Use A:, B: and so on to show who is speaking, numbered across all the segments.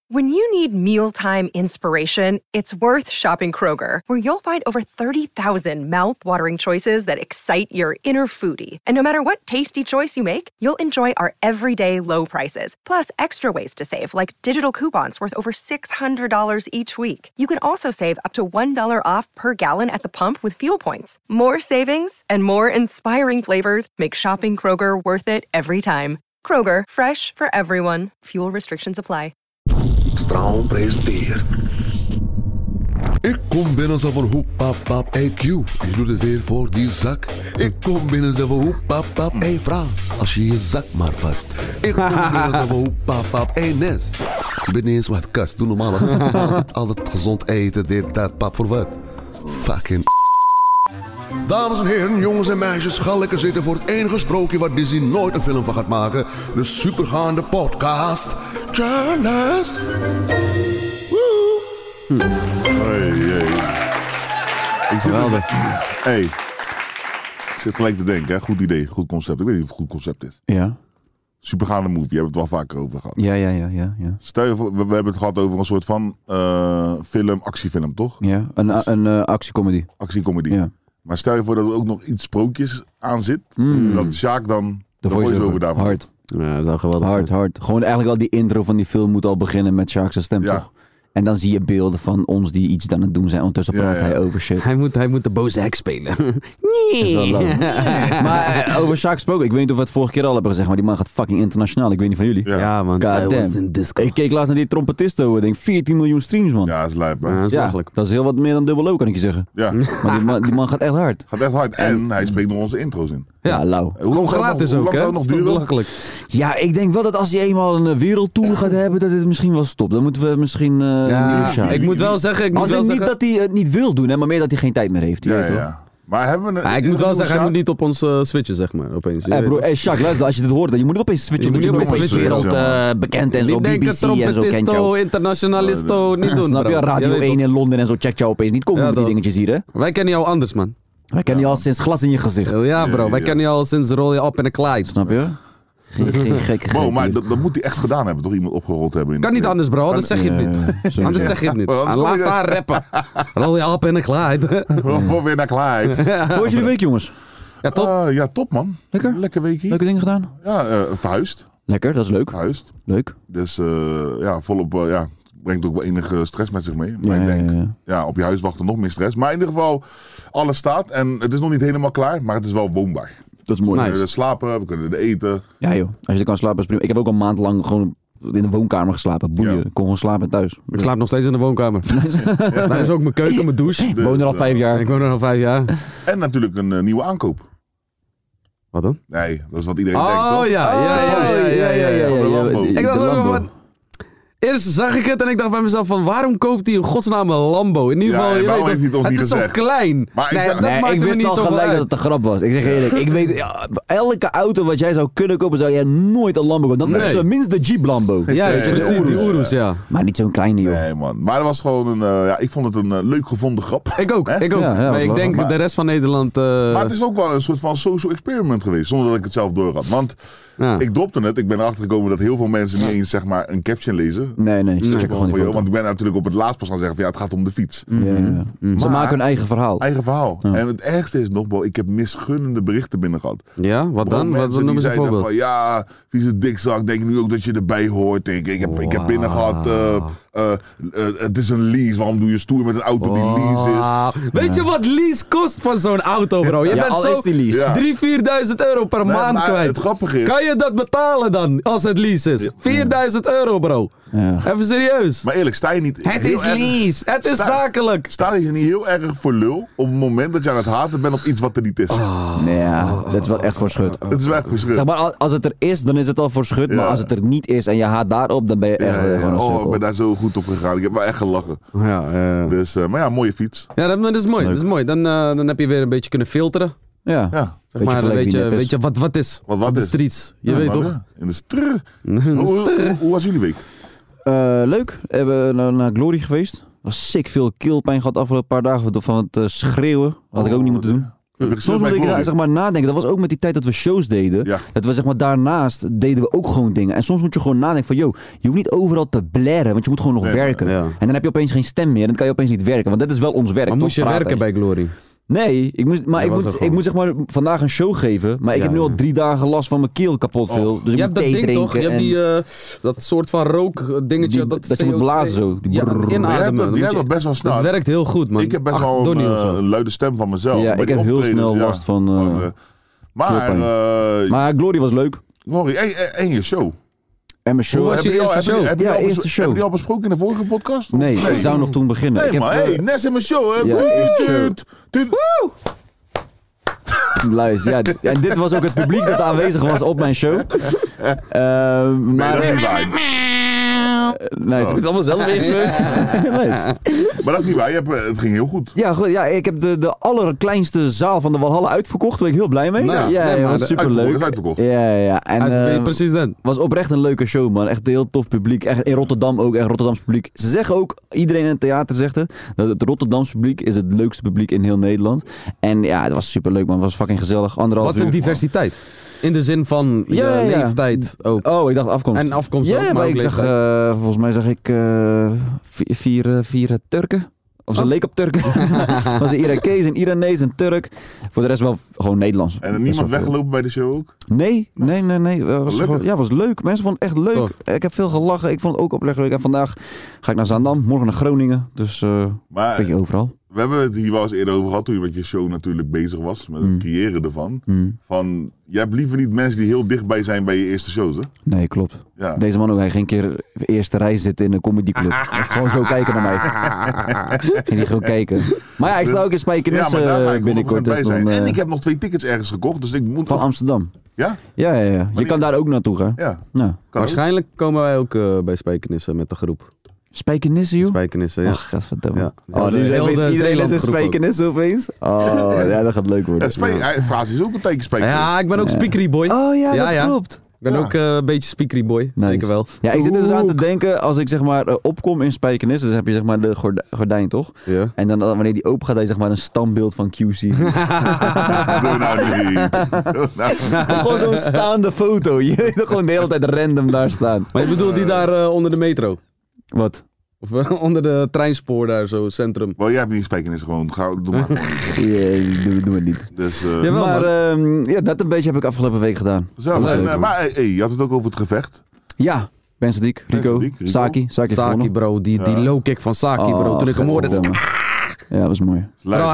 A: When you need mealtime inspiration, it's worth shopping Kroger, where you'll find over 30,000 mouth-watering choices that excite your inner foodie. And no matter what tasty choice you make, you'll enjoy our everyday low prices, plus extra ways to save, like digital coupons worth over $600 each week. You can also save up to $1 off per gallon at the pump with fuel points. More savings and more inspiring flavors make shopping Kroger worth it every time. Kroger, fresh for everyone. Fuel restrictions apply.
B: Straal presenteert.
C: Ik kom binnen zo van hoep, pap, pap, IQ. Je doet het weer voor die zak. Ik kom binnen zo van hoep, pap, pap, Frans. Als je je zak maar vast. Ik kom binnen zo van hoep, pap, pap, Nes. Ik ben niet eens wat kast. Doe normaal als altijd gezond eten, dit, dat, pap, voor wat? Fucking. Dames en heren, jongens en meisjes, ga lekker zitten voor het enige sprookje waar Disney nooit een film van gaat maken. De supergaande podcast. Charles.
D: Hey. Ik zit ik zit gelijk te denken, hè? Goed idee, goed concept. Ik weet niet of het een goed concept is.
E: Ja.
D: Supergaande movie, hebben we het wel vaker over gehad.
E: Ja.
D: Stel je voor, we hebben het gehad over een soort van actiefilm, toch?
E: Ja, een actiecomedy.
D: Actiecomedy.
E: Ja.
D: Maar stel je voor dat er ook nog iets sprookjes aan zit. En dat Sjaak dan de voice-over daarvan
E: hard.
F: Ja, dat zou geweldig zijn.
E: Hard. Gewoon eigenlijk al die intro van die film moet al beginnen met Sjaak's stem, toch? En dan zie je beelden van ons die iets aan het doen zijn. Ondertussen praat hij over shit.
F: Hij moet de boze hek spelen.
E: Nee. Is wel leuk. Maar over Sjaak gesproken. Ik weet niet of we het vorige keer al hebben gezegd. Maar die man gaat fucking internationaal. Ik weet niet van jullie.
F: Ja man.
E: Ik keek laatst naar die trompetisto. Ik denk 14 miljoen streams, man.
D: Ja, dat is lijp, man.
F: Ja, dat is belachelijk.
E: Dat is heel wat meer dan dubbel O, kan ik je zeggen.
D: Ja.
E: Maar die man gaat echt hard.
D: Gaat echt hard. En hij spreekt nog onze intro's in.
E: Ja, lauw.
F: Gewoon gratis ook, hè?
D: Nog duren?
F: Belachelijk.
E: Ja, ik denk wel dat als hij eenmaal een wereldtour gaat hebben, dat het misschien wel stopt. Dan moeten we misschien
F: ik moet wel zeggen...
E: Niet dat hij het niet wil doen, hè, maar meer dat hij geen tijd meer heeft.
D: Ja. Maar hebben we
F: ik moet wel zeggen, hij moet niet op ons switchen, zeg maar, opeens.
E: Sjaak, luister, als je dit hoort, je moet niet opeens switchen. Je moet niet opeens wereld bekend en zo, BBC en zo, kent jou.
F: Internationalisto, niet doen,
E: snap je? Radio 1 in Londen en zo, check jou opeens. Niet komen met die dingetjes hier, hè?
F: Wij kennen jou anders, man.
E: Wij kennen je al sinds glas in je gezicht.
F: Ja, bro. Wij kennen je al sinds rol je op in een Clyde.
E: Snap je? Geen gek.
D: Bro, maar dat moet hij echt gedaan hebben, toch? Iemand opgerold hebben.
F: Kan niet anders, bro. Anders zeg je het niet. Anders zeg je het niet. Laat staan rappen. Rol je op in een Clyde.
D: Gewoon weer naar Clyde.
E: Hoe was jullie week, jongens?
F: Ja, top.
D: Ja, top, man.
E: Lekker?
D: Lekker weekje.
E: Leuke dingen gedaan?
D: Ja, verhuisd.
E: Lekker, dat is leuk.
D: Verhuisd.
E: Leuk.
D: Dus volop, brengt ook wel enige stress met zich mee. Maar ik denk, op je huis wachten nog meer stress. Maar in ieder geval, alles staat. En het is nog niet helemaal klaar, maar het is wel woonbaar.
E: Dat is mooi.
D: We kunnen er slapen, we kunnen er eten.
E: Ja joh, als je er kan slapen is prima. Ik heb ook al een maand lang gewoon in de woonkamer geslapen. Boeien, ik kon gewoon slapen thuis.
F: Ik slaap nog steeds in de woonkamer. Daar is ook mijn keuken, mijn douche.
E: Ik woon er al 5 jaar.
F: Ik woon er al 5 jaar.
D: En natuurlijk een nieuwe aankoop.
F: Wat dan?
D: Nee, dat is wat iedereen denkt, toch?
F: Ik dacht van... Eerst zag ik het en ik dacht bij mezelf van waarom koopt hij in godsnaam een Lambo? In ieder geval,
D: waarom heeft hij het ons niet gezegd?
F: Het is zo klein.
D: Maar
E: ik wist al gelijk dat het een grap was. Ik zeg eerlijk, ik weet, elke auto wat jij zou kunnen kopen, zou jij nooit een Lambo kopen. Dan is het minst de Jeep Lambo.
F: Ja, precies, die Urus, ja.
E: Maar niet zo'n kleine, joh.
D: Nee, man. Maar dat was gewoon ik vond het een leuk gevonden grap.
F: Ik ook. Maar ik denk de rest van Nederland...
D: Maar het is ook wel een soort van social experiment geweest, zonder dat ik het zelf door had. Want ik dropte het. Ik ben erachter gekomen dat heel veel mensen niet eens zeg maar een caption lezen.
E: Nee, ze checken gewoon niet.
D: Want ik ben natuurlijk op het laatst pas gaan zeggen van het gaat om de fiets.
E: Ze maken hun eigen verhaal.
D: Ja. En het ergste is nog, bro, ik heb misgunnende berichten binnen gehad.
F: Ja, wat dan? Wat noemen ze een voorbeeld?
D: Van, ja, vieze dikzak, denk nu ook dat je erbij hoort. Ik heb binnen gehad, het is een lease, waarom doe je stoer met een auto die lease is?
F: Weet je wat lease kost van zo'n auto, bro? Je bent zo 3.000-4.000 euro per maand kwijt.
D: Het grappige is...
F: Kan je dat betalen dan, als het lease is? 4.000 euro, bro. Ja. Even serieus.
D: Maar eerlijk, sta je niet...
F: Het is lease. Het is zakelijk.
D: Sta je niet heel erg voor lul op het moment dat je aan het haten bent op iets wat er niet is?
E: Dat is wel echt voor schut.
D: Het is wel echt voor schut.
E: Zeg maar, als het er is, dan is het al voor schut. Maar als het er niet is en je haat daarop, dan ben je echt gewoon een sukkel.
D: Ik ben daar zo goed op gegaan. Ik heb wel echt gelachen. Dus, maar mooie fiets.
F: Ja, dat is mooi. Dat is mooi. Dan heb je weer een beetje kunnen filteren.
E: Ja.
F: Zeg maar, weet je wat is.
D: Wat
F: de
D: is.
F: streets. Je weet toch?
D: In de strr. Hoe was jullie week?
E: Leuk. We hebben naar Glory geweest. Was sick veel keelpijn gehad de afgelopen paar dagen van het schreeuwen. Dat had ik ook niet moeten doen. Soms moet ik zeg maar nadenken. Dat was ook met die tijd dat we shows deden.
D: Ja.
E: Dat we zeg maar daarnaast deden we ook gewoon dingen. En soms moet je gewoon nadenken van, yo, je hoeft niet overal te blaren, want je moet gewoon nog werken.
F: Ja.
E: En dan heb je opeens geen stem meer en dan kan je opeens niet werken. Want dat is wel ons werk.
F: Maar moest je werken bij Glory?
E: Nee, ik moet zeg maar vandaag een show geven, maar ik heb nu al 3 dagen last van mijn keel kapot veel. Dus ik moet thee drinken. Toch?
F: Je hebt die, dat soort van rookdingetje.
E: Dat je moet blazen zo.
F: Inademen.
D: Die hebt best wel snel.
F: Dat werkt heel goed, man.
D: Ik heb best wel een luide stem van mezelf.
E: Ja, ik heb heel snel last van maar Glory was leuk.
D: Glory, en je show.
E: En mijn show.
F: Hoe was je eerste show?
E: Eerste show.
D: Heb je die al besproken in de vorige podcast?
E: Nee, ik zou nog toen beginnen.
D: Nee, maar Nes in mijn show, hè?
E: Woe! Luister, ja, en dit was ook het publiek dat aanwezig was op mijn show. Nee, het is allemaal zelf ingesmeurd. Nice.
D: Maar dat is niet waar, het ging heel goed.
E: Ja, goed, ja, ik heb de allerkleinste zaal van de Walhalla uitverkocht. Daar ben ik heel blij mee. Ja, was superleuk.
D: Is uitverkocht.
E: Ja. En
F: precies dat.
E: Was oprecht een leuke show, man. Echt een heel tof publiek. Echt in Rotterdam ook, echt Rotterdams publiek. Ze zeggen ook, iedereen in het theater zegt het, dat het Rotterdams publiek is het leukste publiek in heel Nederland. En ja, het was superleuk, man. Het was fucking gezellig. 1,5 uur.
F: Wat is de diversiteit? In de zin van je leeftijd ook.
E: Oh, ik dacht afkomst.
F: En afkomst ook,
E: maar ik zag, volgens mij zag ik 4 Turken. Of ze leek op Turken. Was een Irakees, een Iranees, een Turk. Voor de rest wel gewoon Nederlands.
D: En er niemand weggelopen bij de show ook?
E: Nee. Was leuk. Mensen vonden het echt leuk. Tof. Ik heb veel gelachen. Ik vond het ook oprecht leuk. En vandaag ga ik naar Zaandam. Morgen naar Groningen. Dus een beetje overal.
D: We hebben het hier wel eens eerder over gehad toen je met je show natuurlijk bezig was. Met het creëren ervan. Van, jij hebt liever niet mensen die heel dichtbij zijn bij je eerste shows, hè?
E: Nee, klopt. Ja. Deze man ook. Hij ging een keer eerste rij zitten in een comedyclub. Gewoon zo kijken naar mij. Ging hij gewoon kijken. Maar ja, ik sta ook in Spijkenisse binnenkort.
D: Bij zijn. En ik heb nog 2 tickets ergens gekocht. Dus ik moet
E: van Amsterdam.
D: Ja?
E: Ja. Je kan daar ook naartoe gaan.
D: Ja.
F: Waarschijnlijk komen wij ook bij Spijkenisse met de groep.
E: Spijkenisse, joh?
F: Spijkenisse, ja.
E: Ach, gadverdamme.
F: Ja.
E: Iedereen is een Spijkenisse opeens. Oh, ja, dat gaat leuk worden.
D: Frans is ook een teken Spijkenisse.
F: Ja, ik ben ook speakery boy.
E: Oh ja, dat klopt.
F: Ik ben ook een beetje speakery boy, zeker wel.
E: Ja, ik zit er dus aan te denken, als ik zeg maar opkom in Spijkenisse, dus heb je zeg maar de gordijn, toch? Ja. En dan wanneer die open gaat, dan je zeg maar een standbeeld van QC.
D: Doe nou niet.
E: Gewoon zo'n staande foto. Je weet gewoon de hele tijd random daar staan.
F: Maar je bedoelt die daar onder de metro?
E: Wat?
F: Of onder de treinspoor daar, zo, centrum.
D: Wel, jij hebt niet Spijkenisse gewoon. Doe maar gewoon.
E: Doe het niet.
D: Dus,
E: maar dat een beetje heb ik afgelopen week gedaan.
D: Zo, maar je had het ook over het gevecht.
E: Ja, Ben Sadiq, Rico, Saki,
F: bro. Die low kick van Saki, bro. Toen ik hem hoorde.
E: Ja, dat was mooi.
F: Bro,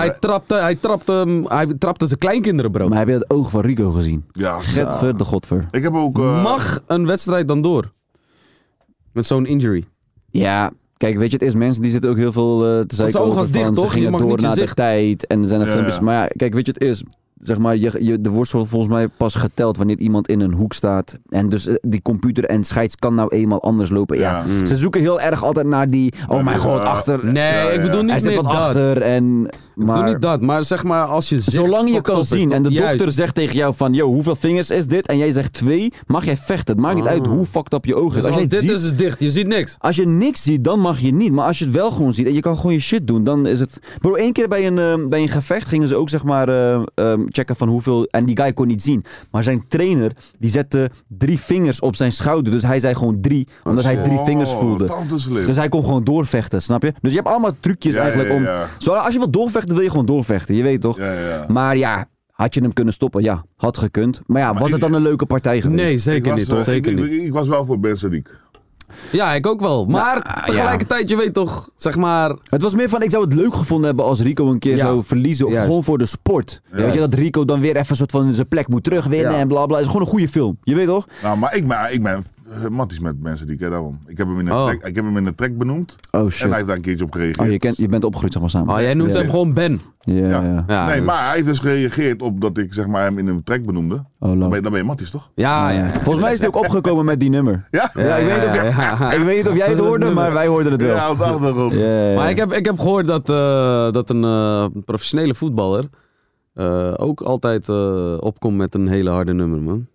F: hij trapte zijn kleinkinderen, bro.
E: Maar heb je het oog van Rico gezien?
D: Ja.
E: Getver de godver.
D: Ik heb ook...
F: Mag een wedstrijd dan door? Met zo'n injury?
E: Ja, kijk, weet je, het is mensen die zitten ook heel veel te zeiken over
F: was dicht,
E: van,
F: toch?
E: Ze gingen door naar de tijd en er zijn er filmpjes.
D: Ja.
E: Maar ja, kijk, weet je, het is... Zeg maar, er wordt volgens mij pas geteld wanneer iemand in een hoek staat. En dus die computer en scheids kan nou eenmaal anders lopen. Ja. Ze zoeken heel erg altijd naar die... Oh mijn god, achter...
F: Nee, ik bedoel niet
E: er zit wat
F: dat.
E: Achter en...
F: Ik bedoel niet dat, maar zeg maar als je zegt...
E: Zolang je kan zien en de dokter zegt tegen jou van... Yo, hoeveel vingers is dit? En jij zegt 2, mag jij vechten. Het maakt niet uit hoe fucked up je oog is.
F: Dus als dit ziet, is dicht, je ziet niks.
E: Als je niks ziet, dan mag je niet. Maar als je het wel gewoon ziet en je kan gewoon je shit doen, dan is het... Bro, 1 keer bij een gevecht gingen ze ook zeg maar checken van hoeveel... En die guy kon niet zien. Maar zijn trainer, die zette 3 vingers op zijn schouder. Dus hij zei gewoon 3, omdat hij 3 vingers voelde. Dus hij kon gewoon doorvechten, snap je? Dus je hebt allemaal trucjes eigenlijk om... Zoals als je wil doorvechten, wil je gewoon doorvechten. Je weet toch? Ja. Maar ja, had je hem kunnen stoppen? Ja, had gekund. Maar ja, was het dan een leuke partij geweest?
F: Nee, zeker niet. Zeker niet.
D: Ik was wel voor Ben Sadiq.
F: Ja, ik ook wel. Maar tegelijkertijd, je weet toch, zeg maar...
E: Het was meer van, ik zou het leuk gevonden hebben als Rico een keer zou verliezen. Of gewoon voor de sport. Ja, weet je, dat Rico dan weer even een soort van zijn plek moet terugwinnen en blablabla. Het is gewoon een goede film. Je weet toch?
D: Nou, maar ik ben matties met mensen die ik daarom. Ik heb hem in de track benoemd.
E: Oh shit.
D: En hij heeft daar een keertje op gereageerd.
E: Je bent opgegroeid zeg maar samen.
F: Oh, jij noemt hem gewoon Ben.
E: Ja.
D: Nee, maar hij heeft dus gereageerd op dat ik zeg maar hem in een track benoemde. Dan ben je matties, toch?
F: Ja.
E: Volgens mij is hij ook opgekomen met die nummer.
D: Ja?
E: Ik weet niet of jij het hoorde, maar wij hoorden het wel.
D: Ja, op de achtergrond.
F: Maar ik heb gehoord dat een professionele voetballer ook altijd opkomt met een hele harde nummer, man.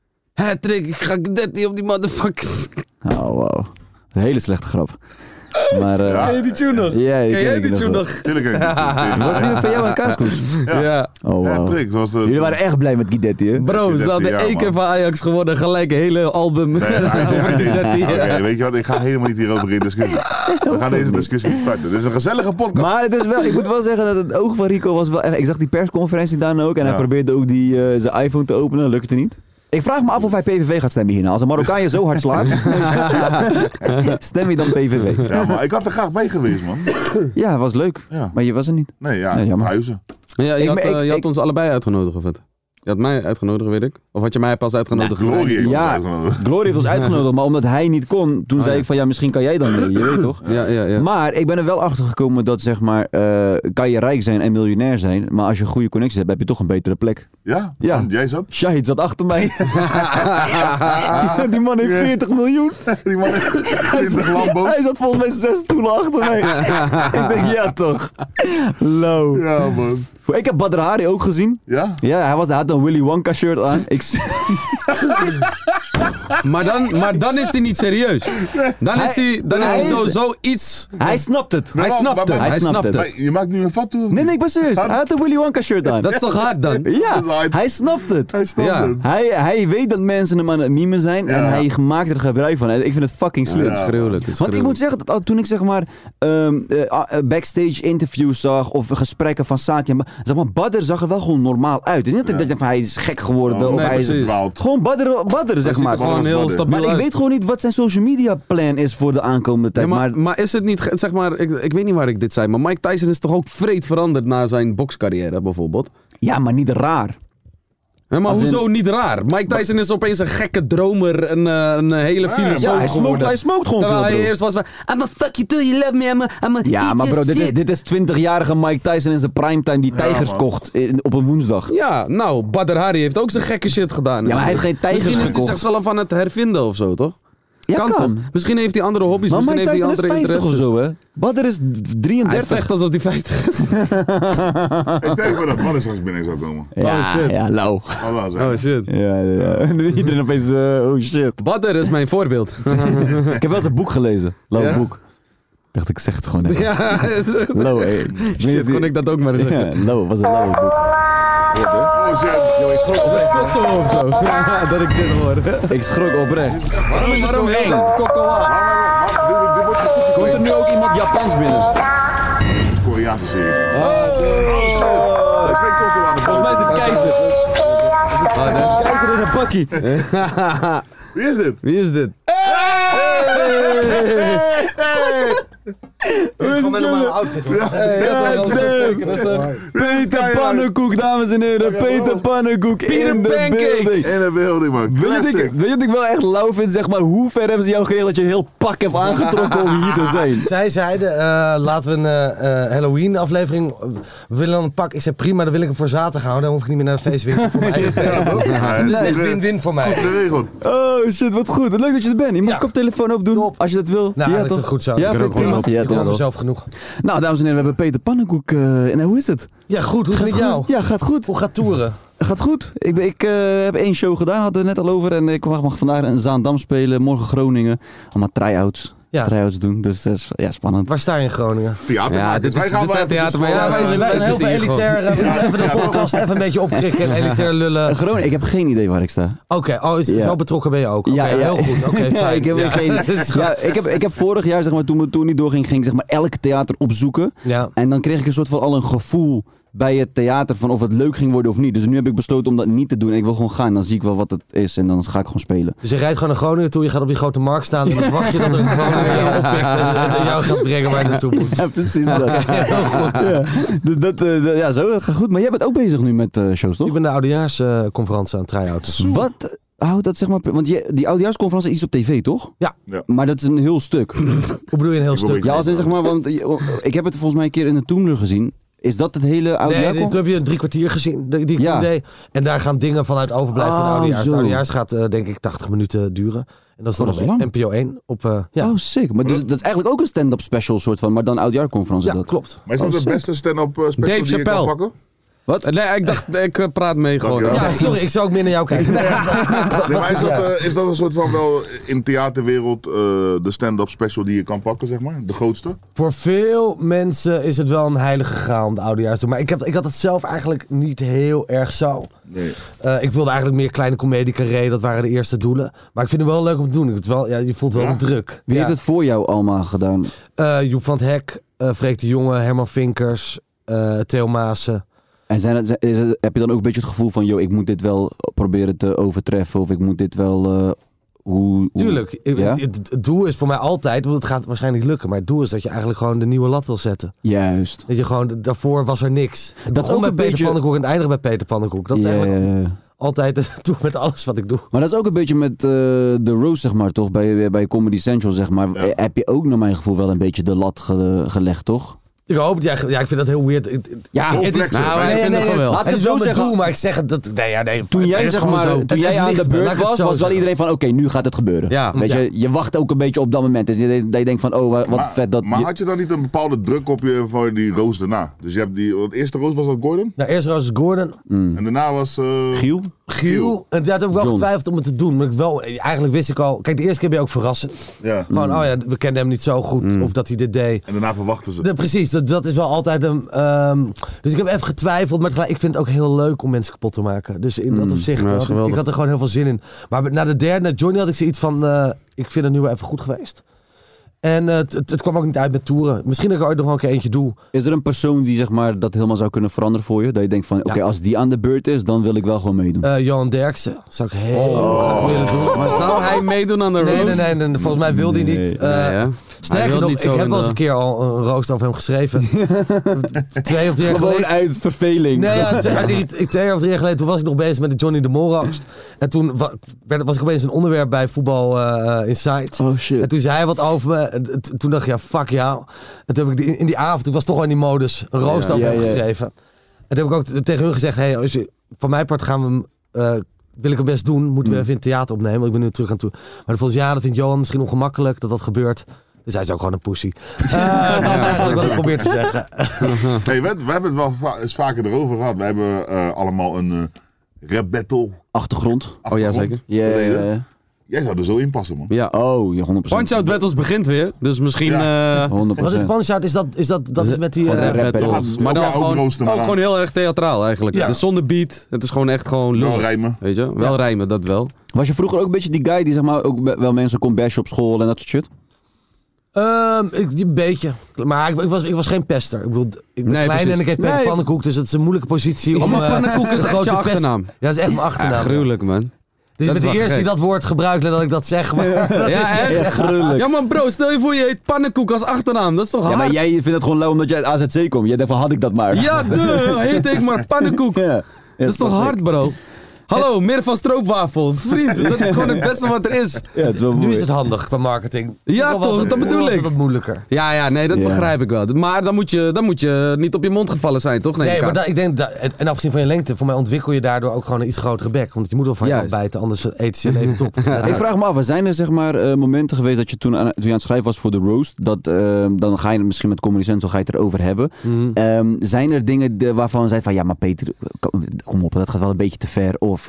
F: Hattrick, ik ga 13 op die motherfuckers.
E: Oh, wow. Een hele slechte grap. Maar,
D: Ja.
F: Ken je die tune nog?
E: Ja,
F: Ken jij
E: ken ik
F: die
E: nog
F: tune
E: wel.
F: nog?
D: Tuurlijk ken ik het.
E: Was het niet van jou en Kaaskoes?
F: Ja.
E: Oh,
D: Ja,
E: wow.
D: Trick. Zoals de...
E: Jullie waren echt blij met Guidetti, hè?
F: Bro, ze hadden
D: Ja,
F: één keer
D: man.
F: van Ajax gewonnen. Gelijk een hele album.
D: Nee,
F: over die 13.
D: Oké, weet je wat? Ik ga helemaal niet hierover in discussie. We gaan deze discussie niet starten. Dit is een gezellige podcast.
E: Maar het is wel, ik moet wel zeggen dat het oog van Rico was wel echt... Ik zag die persconferentie daarna ook en hij
D: Ja.
E: probeerde ook zijn iPhone te openen. Lukte niet. Ik vraag me af of hij PVV gaat stemmen hierna. Als een Marokkaan je zo hard slaat, stem je dan PVV.
D: Ja, maar ik had er graag bij geweest, man.
E: Ja, was leuk.
D: Ja.
E: Maar je was er niet.
D: Nee, ja,
E: Nee, jammer.
D: verhuizen.
F: Ja, je
E: Ik-
F: had ons allebei uitgenodigd, of wat? Je had mij uitgenodigd, weet ik. Of had je mij pas uitgenodigd?
D: Glorie heeft
E: Ja.
D: ons uitgenodigd.
E: Glory heeft ons uitgenodigd, maar omdat hij niet kon, toen zei
F: ja.
E: ik van ja, misschien kan jij dan mee. Je weet toch?
F: Ja.
E: Maar ik ben er wel achter gekomen dat zeg maar, kan je rijk zijn en miljonair zijn, maar als je goede connecties hebt, heb je toch een betere plek.
D: Ja?
E: Ja.
D: Want jij zat?
E: Shahid zat achter mij. Die man heeft 40 miljoen.
D: Die man in de Lambo's.
E: Hij zat volgens mij 6 stoelen achter mij. Ik denk, ja toch. Low.
D: Ja, man.
E: Ik heb Badr Hari ook gezien.
D: Ja?
E: Ja, hij had een Willy Wonka shirt aan.
F: Maar dan is hij niet serieus. Dan is hij sowieso iets...
E: Hij snapt het.
F: Hij snapt het.
E: Hij snapt het.
D: Maar je maakt nu een vat toe? of
E: Nee,
D: niet?
E: ik ben serieus. Hij had een Willy Wonka shirt aan.
F: Dat is toch hard dan?
E: Ja, hij snapt het.
D: Hij snapt
F: Ja.
D: het.
E: Hij weet dat mensen hem aan het mimen zijn en
D: Ja.
E: hij maakt er gebruik van. Ik vind het fucking slim.
F: Het is gruwelijk.
E: Want ik moet zeggen dat toen ik zeg maar backstage interviews zag of gesprekken van Satya, zeg maar Badr zag er wel gewoon normaal uit. Het is niet dat je denkt van hij is gek geworden of
F: nee,
E: hij is
F: precies.
D: Dwaalt.
E: gewoon Badr zeg
F: ziet
E: maar.
F: er gewoon heel
D: Badr.
F: stabiel
E: Maar ik
F: uit.
E: weet gewoon niet wat zijn social media plan is voor de aankomende tijd.
F: Ja, maar is het niet, zeg maar, ik weet niet waar ik dit zei, maar Mike Tyson is toch ook vreed veranderd na zijn bokscarrière bijvoorbeeld?
E: Ja, maar niet raar.
F: Hè, maar
E: Als in-
F: hoezo niet raar? Mike Tyson is opeens een gekke dromer, een hele filosoof
E: Ja, hij
F: geworden.
E: smookt gewoon
F: Terwijl
E: veel,
F: hij
E: bro.
F: eerst was van, I'm a fuck you till you love me, I'm a
E: Ja, maar bro, dit is 20-jarige Mike Tyson in zijn primetime die tijgers
D: man.
E: kocht op een woensdag.
F: Ja, nou, Badr Hari heeft ook zijn gekke shit gedaan.
E: Ja, maar hij heeft geen tijgers
F: Misschien is hij
E: gekocht.
F: zichzelf aan het hervinden of zo, toch?
E: Ja,
F: kan
E: kan.
F: toch? Misschien heeft hij andere hobby's,
E: Maar
F: misschien
E: Mike
F: heeft hij
E: Tyson is
F: andere
E: 50 of
F: interesses.
E: zo, hè? Badr is
F: Hij
E: 33.
F: vecht alsof hij 50 is.
D: Hey, stel je voor dat Badr straks binnen zou komen.
E: Ja,
F: Oh, shit.
E: ja, lauw.
D: Allah zeg.
F: Oh shit.
E: Ja. Iedereen opeens, oh shit.
F: Badr is mijn voorbeeld.
E: Ik heb wel zijn boek gelezen. Lauw
F: Ja?
E: boek. Ik dacht, ik zeg het gewoon even.
F: Ja,
E: Lauw,
F: shit, kon ik dat ook maar zeggen.
E: Ja, lauw, was een lauw boek.
D: Oh shit.
E: Ik schrok oprecht.
F: Kosso of zo. Ja, dat ik dit hoor.
E: Ik schrok oprecht.
F: Waarom heen? Dat is kokkoa.
D: Dit wordt een
E: Komt er nu ook iemand Japans binnen?
D: Koreaanse serie.
E: Oh,
D: Dat is geen kosten aan de
E: volgens mij is het keizer. Keizer in een pakkie.
D: Wie is dit?
F: Wie is dit?
G: Dit is gewoon mijn normale outfit hoor.
E: Peter Pannenkoek, dames en heren. Peter Pannenkoek in de
F: Pancake.
E: building.
D: In de building, man. Classic.
E: Weet je wat ik wel echt lauw vind? Zeg maar, hoe ver hebben ze jou geregeld dat je een heel pak hebt aangetrokken om hier te zijn?
G: Zij zeiden, laten we een Halloween aflevering. We willen dan een pak. Ik zei prima, dan wil ik hem voor zaterdag houden. Dan hoef ik niet meer naar de feestwinkel voor mijn eigen feest.
D: Ja,
G: Het
D: het
G: is
D: is
G: win-win voor mij.
D: goed geregeld.
E: Oh shit, wat goed. Wat leuk dat je er bent. Je mag
G: Ja.
E: koptelefoon opdoen
G: Top.
E: als je dat wil.
G: Nou,
E: ja,
G: ik vind
E: toch?
G: het goed zo.
E: Ja,
G: Ik
E: vind ik prima. Ja,
G: Ik ben
E: toch?
G: mezelf genoeg.
E: Nou, dames en heren, we hebben Peter Pannenkoek. En hoe is het?
G: Ja, goed. Hoe is het met
E: Gaat
G: jou?
E: goed? Ja, gaat goed.
G: Hoe gaat toeren?
E: Gaat goed. Ik heb 1 show gedaan, hadden we het net al over. En ik mag vandaag in Zaandam spelen, morgen Groningen. Allemaal try-outs.
G: Ja.
E: Try-outs doen, dus dat is spannend.
G: Waar sta je in Groningen?
D: Theater.
F: Ja, dit
D: wij
F: is-
D: gaan
F: dit
D: wel
F: zijn
D: eventjes
F: theater, maar ja,
D: gewoon,
G: Wij zijn heel veel
F: zitten hier
G: elitair. We moeten even de podcast even een beetje opkrikken en elitair lullen.
E: Groningen, ik heb geen idee waar ik sta.
G: Oké,
E: Ja.
G: zo betrokken ben je ook. Oké, heel goed. Oké,
E: Ja,
G: fijn.
E: ik heb geen.
G: Dat is goed.
E: Ja, ik heb vorig jaar, zeg maar, toen het niet doorging, ging ik zeg maar elk theater opzoeken.
G: Ja.
E: En dan kreeg ik een soort van al een gevoel bij het theater van of het leuk ging worden of niet. Dus nu heb ik besloten om dat niet te doen. Ik wil gewoon gaan, dan zie ik wel wat het is en dan ga ik gewoon spelen.
G: Dus je rijdt gewoon naar Groningen toe, je gaat op die grote markt staan en dan verwacht je dat er een Groninger jou oppikt en jou gaat brengen waar je naartoe moet.
E: Ja, precies dat. Ja. Dus ja, zo, dat gaat goed. Maar jij bent ook bezig nu met shows, toch?
G: Ik ben de oudejaarsconferentie aan het try-outen.
E: Wat houdt dat, zeg maar... Want die oudejaarsconferentie is op tv, toch?
G: Ja.
D: Ja.
E: Maar dat is een heel stuk.
G: Hoe bedoel je een heel stuk?
E: Ja, als in, zeg maar, want ik heb het volgens mij een keer in de Toemler gezien. Is dat het hele
G: Nee,
E: oudejaar?
G: toen heb je 3 kwartier gezien die ik
E: Ja.
G: toen deed. En daar gaan dingen vanuit overblijven van de
E: Oh,
G: oudejaars.
E: zo.
G: De oudejaars gaat denk ik 80 minuten duren. En dat is dan
E: dat is
G: op
E: lang.
G: NPO 1. Op, ja.
E: Oh, sick. Maar dus, dat is eigenlijk ook een stand-up special soort van, maar dan oudjaarconferentie.
G: Ja,
E: dat.
G: klopt.
D: Maar is dat
E: Oh,
D: de
E: sick.
D: beste stand-up special
F: Dave
D: die je kan
F: Chappelle.
D: pakken?
E: Wat?
F: Nee, ik dacht, ik praat mee gewoon.
D: Dankjewel.
G: Ja, sorry, ik zou ook meer naar jou kijken.
D: Nee, maar is dat een soort van wel in de theaterwereld de stand-up special die je kan pakken, zeg maar? De grootste?
G: Voor veel mensen is het wel een heilige graal om de oudejaars te doen. Maar ik had het zelf eigenlijk niet heel erg zo.
D: Nee.
G: Ik wilde eigenlijk meer kleine comedie carré, dat waren de eerste doelen. Maar ik vind het wel leuk om te doen. Je voelt wel de druk.
E: Wie heeft het voor jou allemaal gedaan?
G: Joep van het Hek, Freek de Jonge, Herman Vinkers, Theo Maassen.
E: En heb je dan ook een beetje het gevoel van, ik moet dit wel proberen te overtreffen of ik moet dit wel...
G: Tuurlijk,
E: Ja?
G: het doel is voor mij altijd, want het gaat waarschijnlijk niet lukken, maar het doel is dat je eigenlijk gewoon de nieuwe lat wil zetten.
E: Juist.
G: Weet je, gewoon, daarvoor was er niks. Dat is ook bij
E: een
G: Peter
E: beetje...
G: Pannenkoek en het eindigt bij Peter Pannenkoek. Dat is eigenlijk altijd het doel met alles wat ik doe.
E: Maar dat is ook een beetje met de roast, zeg maar, toch? Bij Comedy Central, zeg maar. Ja. Heb je ook naar mijn gevoel wel een beetje de lat gelegd, toch?
G: Ik hoop het. Ja, ik vind dat heel weird.
E: Ja,
F: ik vind het van wel.
G: Het is wel mijn doel, maar ik zeg het...
E: Toen jij aan de beurt was wel iedereen van, oké, nu gaat het gebeuren.
F: Ja.
E: Weet je wacht ook een beetje op dat moment. Dus dat je denkt van, wat vet dat...
D: Maar had je dan niet een bepaalde druk op je voor die roast daarna? Dus je hebt de eerste roast was dat Gordon?
G: Nou, eerst was Gordon.
D: En daarna was...
G: Giel. En daar had ik wel getwijfeld om het te doen. Maar eigenlijk wist ik al... Kijk, de eerste keer ben je ook verrassend.
D: Ja.
G: Gewoon, we kenden hem niet zo goed. Of dat hij dit deed.
D: En daarna verwachten ze.
G: Precies, dat is wel altijd een... dus ik heb even getwijfeld. Maar tegelijk, ik vind het ook heel leuk om mensen kapot te maken. Dus in dat opzicht, ik had er gewoon heel veel zin in. Maar na de derde, na Johnny, had ik zoiets van... ik vind het nu wel even goed geweest. En het kwam ook niet uit met toeren. Misschien dat ik er ooit nog wel een keer eentje doe.
E: Is er een persoon die zeg maar, dat helemaal zou kunnen veranderen voor je? Dat je denkt van, oké, als die aan de beurt is, dan wil ik wel gewoon meedoen.
G: Johan Derksen. Zou ik heel graag willen doen.
F: Maar zou hij meedoen aan de roast?
G: Nee. Volgens mij wil hij niet. Sterker nog, ik heb wel eens een keer al een roast over hem geschreven. 2 of 3 jaar
E: Gewoon
G: geleden.
E: uit verveling.
G: Nee, 2 of 3 jaar geleden. Toen was ik nog bezig met de Johnny de Mol roast. En toen was ik opeens een onderwerp bij Voetbal Insight.
E: Oh shit.
G: En toen zei hij wat over me. Toen dacht ik, ja, fuck jou. En toen heb ik in die avond, ik was toch wel in die modus, een roost over hem geschreven. En toen heb ik ook tegen hun gezegd, hey, als je van mijn part gaan we, wil ik het best doen, moeten we even in het theater opnemen, want ik ben nu terug aan toe. Maar volgens dat vindt Johan misschien ongemakkelijk dat gebeurt. Dus hij is ook gewoon een pussy. Dat is eigenlijk wat ik probeer te zeggen.
D: Hey, we hebben het wel eens vaker erover gehad. We hebben allemaal een rap battle.
E: Achtergrond.
F: Oh ja, zeker.
E: Ja.
D: Jij zou er zo in passen, man.
F: Ja.
E: Oh, 100%.
F: Punch-Out Battles begint weer, dus misschien...
E: 100%.
G: Wat is Punch-Out? Dat is met die...
E: rap battles.
F: Maar dan gewoon heel erg theatraal eigenlijk.
G: Ja.
F: Dus zonder beat, het is gewoon echt gewoon lullen.
D: Wel rijmen.
F: Weet je? Wel rijmen, dat wel.
E: Was je vroeger ook een beetje die guy die zeg maar ook wel mensen kon bashen op school en dat soort shit?
G: Een beetje. Maar ik was geen pester. Ik bedoel, ik ben klein
F: precies.
G: en ik heet Peter Pannenkoek, dus het is een moeilijke positie om...
F: Maar Pannenkoek is echt je achternaam.
G: Ja, dat is echt mijn achternaam.
F: Ja, gruwelijk, man.
G: Dus ik ben de eerste die dat woord gebruikt dat ik dat zeg. Maar
F: Ja, echt gruwelijk. Ja, maar bro, stel je voor je heet Pannenkoek als achternaam. Dat is toch hard?
E: Ja, maar jij vindt het gewoon lauw omdat jij uit AZC komt. Jij denkt van, had ik dat maar.
F: Ja, heet ik maar Pannenkoek.
E: Ja.
F: Dat is toch hard, bro? Hallo, meer van stroopwafel. Vriend, dat is gewoon het beste wat er is.
E: Ja, het is wel
G: nu
E: mooi.
G: is het handig qua marketing.
F: Ja, toch? Dat bedoel ik.
G: Dat moeilijker.
F: Ja, nee, dat begrijp ik wel. Maar dan moet je niet op je mond gevallen zijn, toch?
G: Nee, maar ik denk, en afgezien van je lengte, voor mij ontwikkel je daardoor ook gewoon een iets grotere bek. Want je moet wel van je afbijten, anders eet je leven op.
E: Ik vraag me af, zijn er zeg maar momenten geweest dat je toen aan het schrijven was voor de roast, dat dan ga je misschien met Comedy Central ga je het erover hebben. Zijn er dingen waarvan je zei van, ja, maar Peter, kom op, dat gaat wel een beetje te ver, of...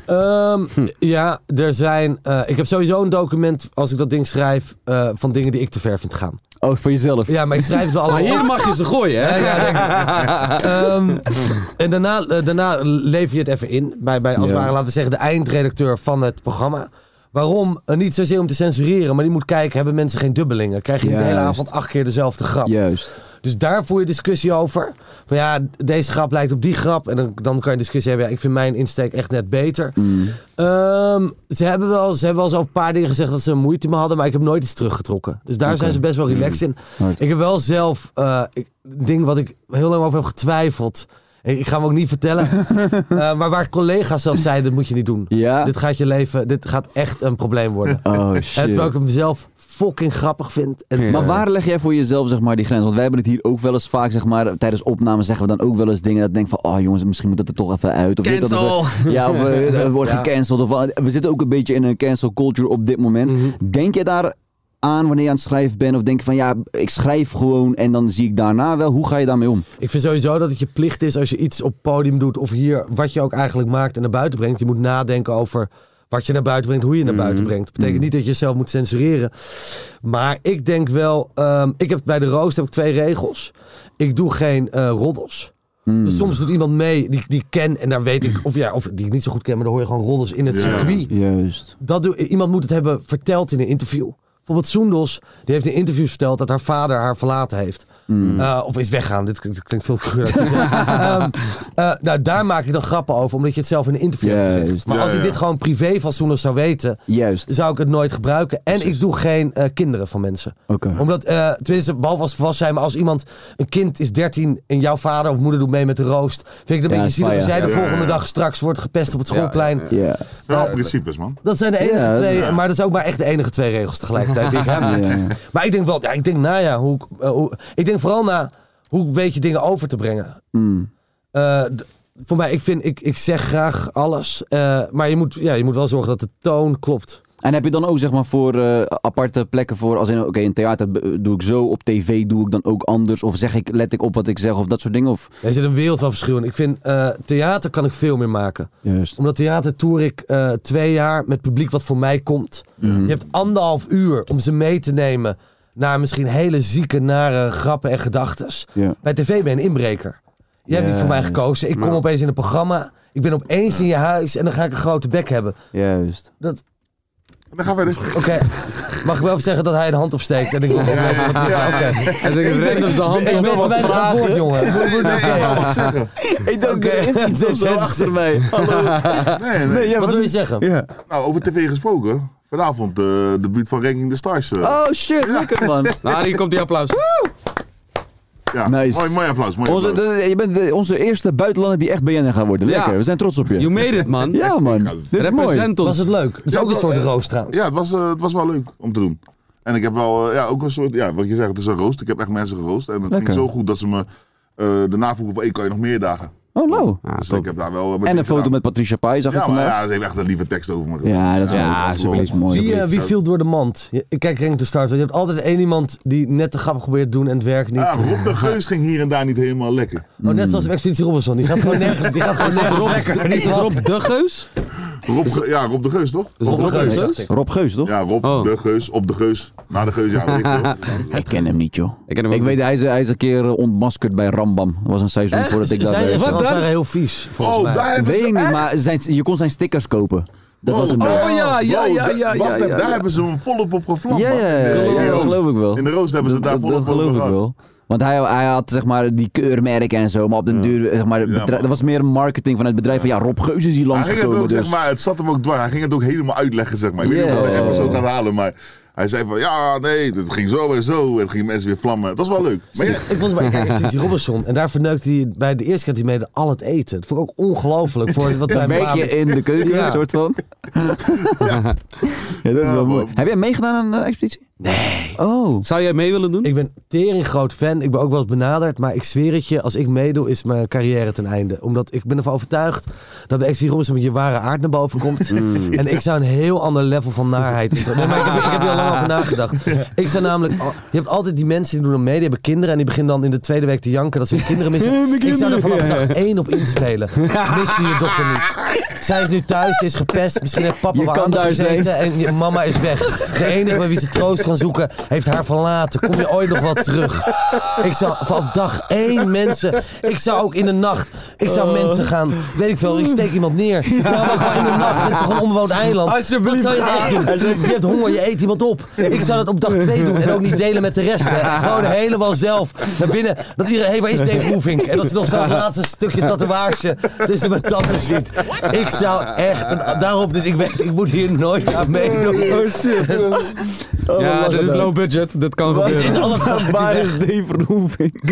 G: Ja, er zijn... ik heb sowieso een document, als ik dat ding schrijf, van dingen die ik te ver vind gaan.
E: Oh, voor jezelf?
G: Ja, maar ik schrijf het wel allemaal.
F: Maar hier mag je ze gooien, hè?
G: En daarna lever je het even in. Bij als het ware, laten we zeggen, de eindredacteur van het programma. Waarom? Niet zozeer om te censureren, maar die moet kijken, hebben mensen geen dubbelingen? Krijg je de hele avond 8 keer dezelfde grap? Juist. Dus daar voer je discussie over. Van ja, deze grap lijkt op die grap. En dan kan je discussie hebben. Ja, ik vind mijn insteek echt net beter. Ze hebben wel eens over een paar dingen gezegd dat ze moeite mee hadden. Maar ik heb nooit iets teruggetrokken. Dus daar zijn ze best wel relaxed in. Ik heb wel zelf een ding wat ik heel lang over heb getwijfeld. Ik ga hem ook niet vertellen. Maar waar collega's zelf zeiden, dat moet je niet doen. Ja? Dit gaat echt een probleem worden.
E: Oh shit.
G: En terwijl ik hem zelf fucking grappig vind.
E: Maar waar leg jij voor jezelf zeg maar die grens? Want wij hebben het hier ook wel eens vaak zeg maar tijdens opnames zeggen we dan ook wel eens dingen dat denk van oh jongens misschien moet het er toch even uit. Of
F: cancel!
E: Of wordt gecanceld. Of we zitten ook een beetje in een cancel culture op dit moment. Denk je daar aan wanneer je aan het schrijven bent? Of denk je van ja, ik schrijf gewoon en dan zie ik daarna wel. Hoe ga je daarmee om?
G: Ik vind sowieso dat het je plicht is als je iets op podium doet of hier, wat je ook eigenlijk maakt en naar buiten brengt. Je moet nadenken over wat je naar buiten brengt, hoe je naar buiten brengt. Dat betekent niet dat je jezelf moet censureren. Maar ik denk wel, ik heb bij de roost heb ik 2 regels. Ik doe geen roddels. Dus soms doet iemand mee die ik ken en daar weet ik, of die ik niet zo goed ken, maar dan hoor je gewoon roddels in het circuit.
E: Juist.
G: Iemand moet het hebben verteld in een interview. Bijvoorbeeld Soendos, die heeft in interviews verteld dat haar vader haar verlaten heeft. Of is weggaan. Dit klinkt veel crueler. Nou, daar maak ik dan grappen over, omdat je het zelf in een interview hebt gezegd. Maar als ik dit gewoon privé van Soendos zou weten, zou ik het nooit gebruiken. En ik doe geen kinderen van mensen. Omdat, tenminste, behalve als volwassen zijn, maar als iemand, een kind is 13 en jouw vader of moeder doet mee met de roost, vind ik het een beetje zielig als jij de volgende dag straks wordt gepest op het schoolplein.
D: Principes, man.
G: Dat zijn de enige 2, maar dat is ook maar echt de enige 2 regels tegelijkertijd die ik heb. Maar ik denk wel, ik denk vooral na hoe weet je dingen over te brengen. Voor mij, ik zeg graag alles, maar je moet wel zorgen dat de toon klopt.
E: En heb je dan ook zeg maar voor aparte plekken voor, als in in theater doe ik zo, op tv doe ik dan ook anders, of let ik op wat ik zeg of dat soort dingen? Of?
G: Er zit een wereld van verschil in. Ik vind theater kan ik veel meer maken.
E: Juist.
G: Omdat theater toer ik 2 jaar met publiek wat voor mij komt. Je hebt 1,5 uur om ze mee te nemen naar misschien hele zieke, nare grappen en gedachtes. Bij tv ben je een inbreker. Je hebt niet voor mij gekozen. Ik kom opeens in een programma. Ik ben opeens in je huis en dan ga ik een grote bek hebben.
E: Juist.
D: Dan gaan we dus.
G: Oké. Mag ik wel even zeggen dat hij een hand opsteekt? En ik wil
D: Oké.
F: Hij zegt random zijn hand.
G: Ik weet wat vragen. Woord, jongen.
E: Ik dacht, er is iets of zo achter mij. Hallo.
D: Nee.
G: Wat wil je zeggen?
E: Ja.
D: Nou, over tv gesproken. Vanavond de debuut van Ranking the Stars.
E: Oh shit, lekker man.
F: Nou, hier komt die applaus.
D: Ja,
E: Nice.
D: mooi applaus.
E: Je bent onze eerste buitenlander die echt BN'er gaat worden. Lekker, we zijn trots op je.
F: You made it, man.
E: Ja man, dit is mooi.
F: Represent ons.
G: Was het leuk? Het is ook een soort roost trouwens.
D: Ja, het was wel leuk om te doen. En ik heb wel ook een soort, wat je zegt, het is een roost. Ik heb echt mensen geroost. En het ging zo goed dat ze me daarna vroegen van, kan je nog meer dagen?
E: Oh, nou.
D: Dus ik heb daar wel...
E: En een foto met Patricia Pai, zag ik vandaag.
D: Ja, ze heeft echt een lieve tekst over me.
E: Ja, dat is mooi.
G: Wie viel door de mand? Kijk, Ranking the Stars. Je hebt altijd één iemand die net de grap probeert te doen en het werkt niet.
D: Ja, Rob de Geus ging hier en daar niet helemaal lekker.
G: Net zoals Expeditie Robinson. Die gaat gewoon nergens lekker.
F: Is het Rob de Geus?
D: Rob de Geus, toch?
E: Rob Geus, toch?
D: Ja, Rob de Geus, op de Geus, naar de Geus, ja.
E: Ik ken hem niet, joh.
F: Ik
E: weet, hij is een keer ontmaskerd bij Rambam. Dat was een seizoen voordat ik daar
G: Zijn
E: werkte.
G: restaurants waren heel vies, volgens mij.
D: Daar hebben
E: Weet
D: ze
E: ik niet, maar je kon zijn stickers kopen. Dat was het.
D: Daar hebben ze hem volop op gevlamd.
E: Ja, dat geloof ik wel.
D: In de roost hebben ze daar volop op
E: Dat geloof ik wel. Want hij had zeg maar die keurmerken en zo, maar op den duur zeg maar, dat was meer marketing vanuit het bedrijf van Rob Geus is hier langsgekomen.
D: Zeg maar, het zat hem ook dwars. Hij ging het ook helemaal uitleggen, zeg maar. Ik weet niet of hij het zo gaat halen, maar hij zei van nee, het ging zo en zo. En het ging mensen weer vlammen. Dat was wel leuk. Maar
G: ik was bij Expeditie Robinson en daar verneukte hij bij de eerste keer dat hij meende al het eten. Dat vond ik ook ongelooflijk voor wat zijn
E: werk je in de keuken, een soort van. Ja, dat is wel mooi. Heb jij meegedaan aan een expeditie?
G: Nee.
E: Oh.
F: Zou jij mee willen doen?
G: Ik ben tering groot fan. Ik ben ook wel eens benaderd. Maar ik zweer het je, als ik meedoe, is mijn carrière ten einde. Omdat ik ben ervan overtuigd dat bij Expeditie Robinson met je ware aard naar boven komt. En ik zou een heel ander level van naarheid. Nee, maar ik heb er al lang over nagedacht. Ik zou namelijk... Je hebt altijd die mensen die doen dan mee. Die hebben kinderen. En die beginnen dan in de tweede week te janken dat ze hun kinderen missen. Ik zou er vanaf dag 1 op inspelen. Mis je dochter niet. Zij is nu thuis, ze is gepest. Misschien heeft papa wel aan gezeten. En je mama is weg. De enige bij wie ze troost kan zoeken, heeft haar verlaten. Kom je ooit nog wel terug? Ik zou vanaf dag 1 mensen... Ik zou ook in de nacht... Ik zou mensen gaan... Weet ik veel, ik steek iemand neer. Ja, maar gewoon in de nacht. Het is gewoon een onbewoond eiland.
F: Alsjeblieft.
G: Wat zou je echt doen? Je hebt honger, je eet iemand op. Ik zou dat op dag 2 doen. En ook niet delen met de rest. Hè. Gewoon helemaal zelf naar binnen. Dat iedereen, waar is Dave Roefink? En dat ze nog zo'n laatste stukje tatoeage tussen mijn tanden ziet. Ik zou echt... Daarop, dus ik weet, ik moet hier nooit aan meedoen.
E: Oh shit.
F: Ja, dit is low budget. Dit kan gebeuren.
G: Alles
E: Waar is Dave Roefink?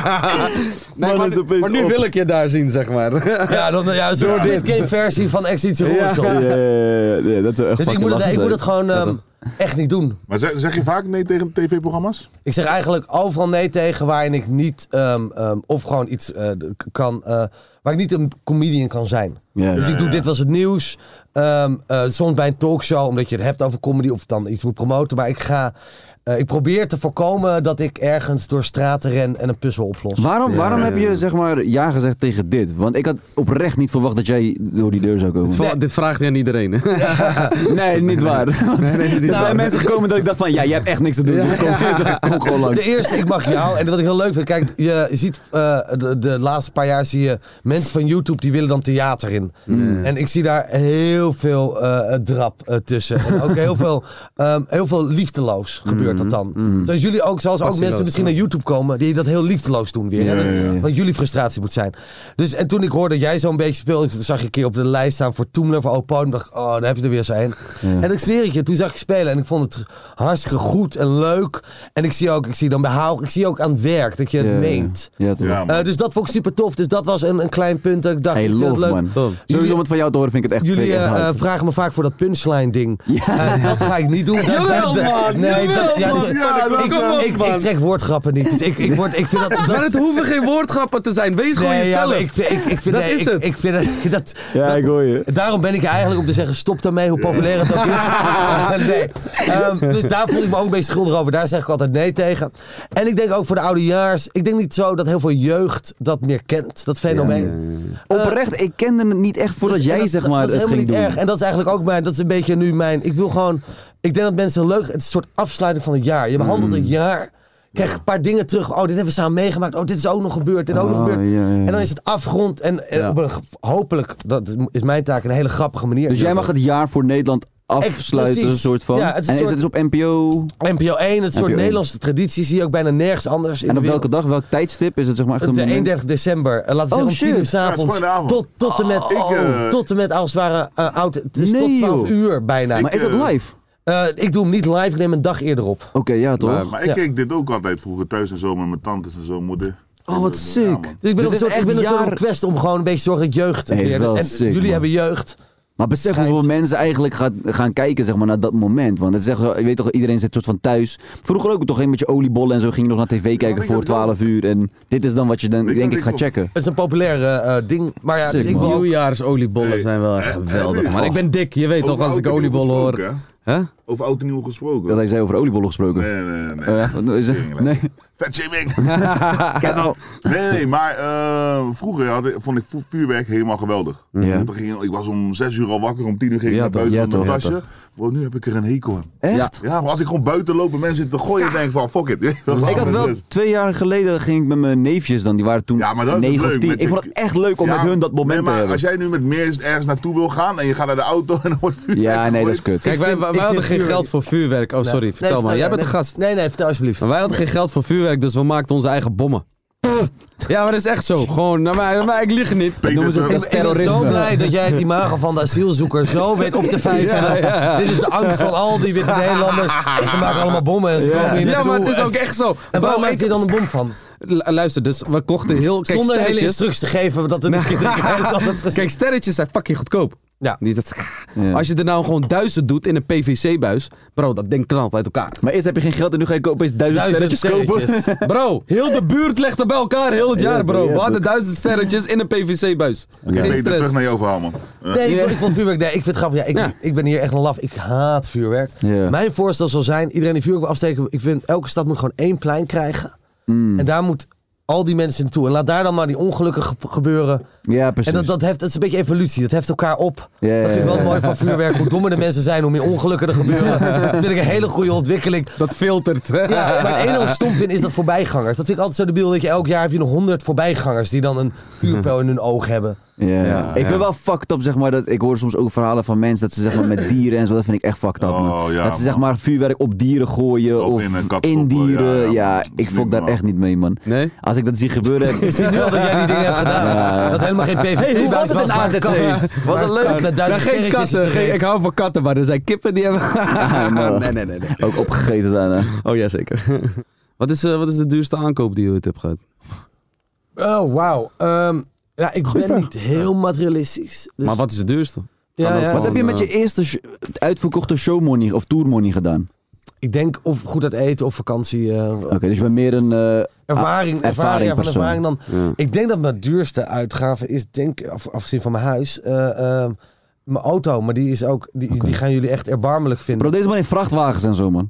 F: Maar nu wil ik je daar zien, zeg maar.
G: Ja, dan zo'n game versie van Expeditie Robinson.
E: Ja, dat is echt
G: dus ik moet het gewoon echt niet doen.
D: Maar zeg je vaak nee tegen tv-programma's?
G: Ik zeg eigenlijk overal nee tegen waarin ik niet of gewoon iets kan... waar ik niet een comedian kan zijn. Dus ik doe Dit Was Het Nieuws. Soms bij een talkshow, omdat je het hebt over comedy of dan iets moet promoten. Maar ik ga Ik probeer te voorkomen dat ik ergens door straten ren en een puzzel oplos.
E: Waarom heb je zeg maar ja gezegd tegen dit? Want ik had oprecht niet verwacht dat jij door die deur zou komen.
F: Dit vraagt hij aan iedereen. Hè?
E: Nee, niet waar. Er zijn mensen gekomen dat ik dacht van, ja, je hebt echt niks te doen. Dus kom gewoon langs.
G: Ten eerste, ik mag jou. En wat ik heel leuk vind. Kijk, je ziet de laatste paar jaar zie je mensen van YouTube die willen dan theater in. En ik zie daar heel veel drap tussen. En ook heel veel liefdeloos gebeurt dat dan. Zoals ook mensen misschien naar YouTube komen die dat heel liefdeloos doen weer. Wat jullie frustratie moet zijn. Dus, en toen ik hoorde dat jij zo'n beetje speelde, zag je een keer op de lijst staan voor Toemler, voor Oppo. Dacht ik, daar heb je er weer zo een. En ik zweer het je, toen zag je spelen en ik vond het hartstikke goed en leuk. En ik zie dan bij Haug, ik zie ook aan het werk dat je het meent. Dus dat vond ik super tof. Dus dat was een klein punt dat ik dacht, ik vind het leuk.
E: Man. Sowieso om het van jou te horen vind ik het echt
G: jullie vragen me vaak voor dat punchline ding. Dat ga ik niet doen.
F: Jawel, man!
G: Nee, ik trek woordgrappen niet. Dus ik vind dat...
F: Maar het hoeven geen woordgrappen te zijn. Wees gewoon jezelf.
G: Ik vind dat...
E: Ik hoor je.
G: Daarom ben ik eigenlijk om te zeggen, stop daarmee, hoe populair het ook is. Dus daar voel ik me ook een beetje schuldig over. Daar zeg ik altijd nee tegen. En ik denk ook voor de oudejaars, ik denk niet zo dat heel veel jeugd dat meer kent, dat fenomeen.
E: Oprecht, ik kende het niet echt voordat jij zeg maar
G: dat is
E: het
G: helemaal
E: ging
G: niet
E: doen.
G: erg. En dat is eigenlijk ook dat is een beetje nu ik wil gewoon, ik denk dat mensen leuk, het is een soort afsluiting van het jaar. Je behandelt een jaar, krijg een paar dingen terug. Oh, dit hebben we samen meegemaakt. Oh, dit is ook nog gebeurd. Dit ook nog gebeurd. En dan is het afgerond. En op een, hopelijk, dat is mijn taak, een hele grappige manier.
E: Dus jij mag het jaar voor Nederland afsluiten, een soort van.
G: Ja, het is
E: en is het dus op NPO?
G: NPO 1, het soort Nederlandse traditie zie je ook bijna nergens anders in
E: en op
G: de
E: welke dag, welk tijdstip is het zeg maar echt een
G: de
E: moment?
G: 31 december. Laten we zeggen om 10 uur 's avonds. Tot en met als het ware oud. Dus tot 12 uur bijna.
E: Maar is dat live?
G: Ik doe hem niet live, ik neem een dag eerder op.
E: Oké, ja toch?
D: Maar ik keek dit ook altijd vroeger thuis en zo met mijn tantes en zo, moeder.
E: Oh, wat sick.
G: Dus ik ben
E: Dus
G: op een soort quest om gewoon een beetje te zorgen dat jeugd
E: wel
G: en
E: sick,
G: jullie
E: man.
G: hebben jeugd.
E: Maar besef hoeveel mensen eigenlijk gaan kijken zeg maar, naar dat moment. Want het is echt, je weet toch, iedereen zit soort van thuis. Vroeger ook toch een beetje oliebollen en zo. Ging je nog naar tv kijken voor 12 uur. En dit is dan wat je dan denk ik gaat checken.
G: Het is een populair ding. Maar ja,
E: Sick,
G: dus ik wil ook...
F: Nieuwjaarsoliebollen zijn wel echt geweldig. Maar ik ben dik, je weet toch, als ik oliebollen hoor.
D: Hè? Over oud en nieuw gesproken.
E: Dat hij zei over oliebollen gesproken.
D: Nee. Vetshaming. Nee, maar vroeger vond ik vuurwerk helemaal geweldig.
E: Ja.
D: Ik was om 6 uur al wakker, om 10 uur ging ik naar buiten met mijn tasje. Bro, nu heb ik er een hekel aan.
E: Echt?
D: Ja, maar als ik gewoon buiten loop en mensen zitten te gooien, denk ik van fuck it.
E: Ik had wel 2 jaar geleden ging ik met mijn neefjes dan, die waren toen 9 of 10. Ik vond het echt leuk om met hun dat moment te hebben.
D: Als jij nu met meer ergens naartoe wil gaan en je gaat naar de auto en dan wordt vuurwerk.
E: Ja, nee, dat is kut.
F: Kijk, wij hadden geen geld voor vuurwerk. Oh, sorry, vertel maar. Jij bent de gast.
G: Nee, vertel alsjeblieft.
F: Maar wij hadden geen geld voor vuurwerk, dus we maakten onze eigen bommen. Ja, maar dat is echt zo. Gewoon, maar ik lieg niet.
G: Ik ben zo blij dat jij het imago van de asielzoeker zo weet op te vijzelen. Ja. Dit is de angst van al die witte Nederlanders. En ze maken allemaal bommen en ze komen hier naartoe.
F: Ja, maar het is ook echt zo.
G: En waarom maakt hij dan een bom van?
F: Luister, dus we kochten heel... Kijk,
G: zonder hele instructies te geven dat de
F: Kijk, sterretjes zijn fucking goedkoop. Ja. Als je er nou gewoon 1000 doet in een PVC-buis, bro, dat ding knalt uit elkaar.
E: Maar eerst heb je geen geld en nu ga je opeens 1000 sterretjes kopen.
F: Bro, heel de buurt legt er bij elkaar heel het jaar, bro. We hadden 1000 sterretjes in een PVC-buis.
D: Geen stress. Terug naar jouw verhaal, man.
G: Nee, ik vond vuurwerk... Nee, ik vind het grappig. Ik ben hier echt een laf. Ik haat vuurwerk. Ja. Mijn voorstel zal zijn, iedereen die vuurwerk wil afsteken, ik vind elke stad moet gewoon 1 plein krijgen. En daar moet al die mensen naartoe. En laat daar dan maar die ongelukken gebeuren.
E: Ja, precies.
G: En dat is een beetje evolutie. Dat heft elkaar op. Dat vind ik wel mooi van vuurwerk. Hoe dommer de mensen zijn, hoe meer ongelukken er gebeuren. Dat vind ik een hele goede ontwikkeling.
F: Dat filtert.
G: Ja, maar het enige wat ik stom vind is dat voorbijgangers. Dat vind ik altijd zo debiel. Dat je elk jaar heb je nog 100 voorbijgangers die dan een vuurpijl in hun oog hebben.
E: Ja. Ik vind wel fucked up, zeg maar, dat ik hoor soms ook verhalen van mensen dat ze zeg maar met dieren en zo, dat vind ik echt fucked up. Dat ze zeg maar vuurwerk op dieren gooien of in dieren. Ja, ik fok daar echt niet mee, man.
F: Nee?
E: Als ik dat zie gebeuren...
G: Ik zie nu al dat jij die dingen hebt gedaan. Dat helemaal geen PVC
E: hoe was het in AZC? Was het leuk?
F: Geen katten. Ik hou van katten, maar er zijn kippen die hebben... Nee.
E: Ook opgegeten daarna.
F: Oh ja, zeker. Wat is de duurste aankoop die je ooit hebt gehad?
G: Oh, wauw. Ja, ik ben niet heel materialistisch. Dus...
F: Maar wat is het duurste?
E: Wat heb je met je eerste uitverkochte showmoney of tourmoney gedaan?
G: Ik denk of goed uit eten of vakantie.
E: Oké, dus je bent meer een
G: ervaring dan.
E: Ja.
G: Ik denk dat mijn duurste uitgave is, afgezien van mijn huis, mijn auto. Maar die is ook, die gaan jullie echt erbarmelijk vinden.
E: Bro, deze man heeft vrachtwagens en zo, man.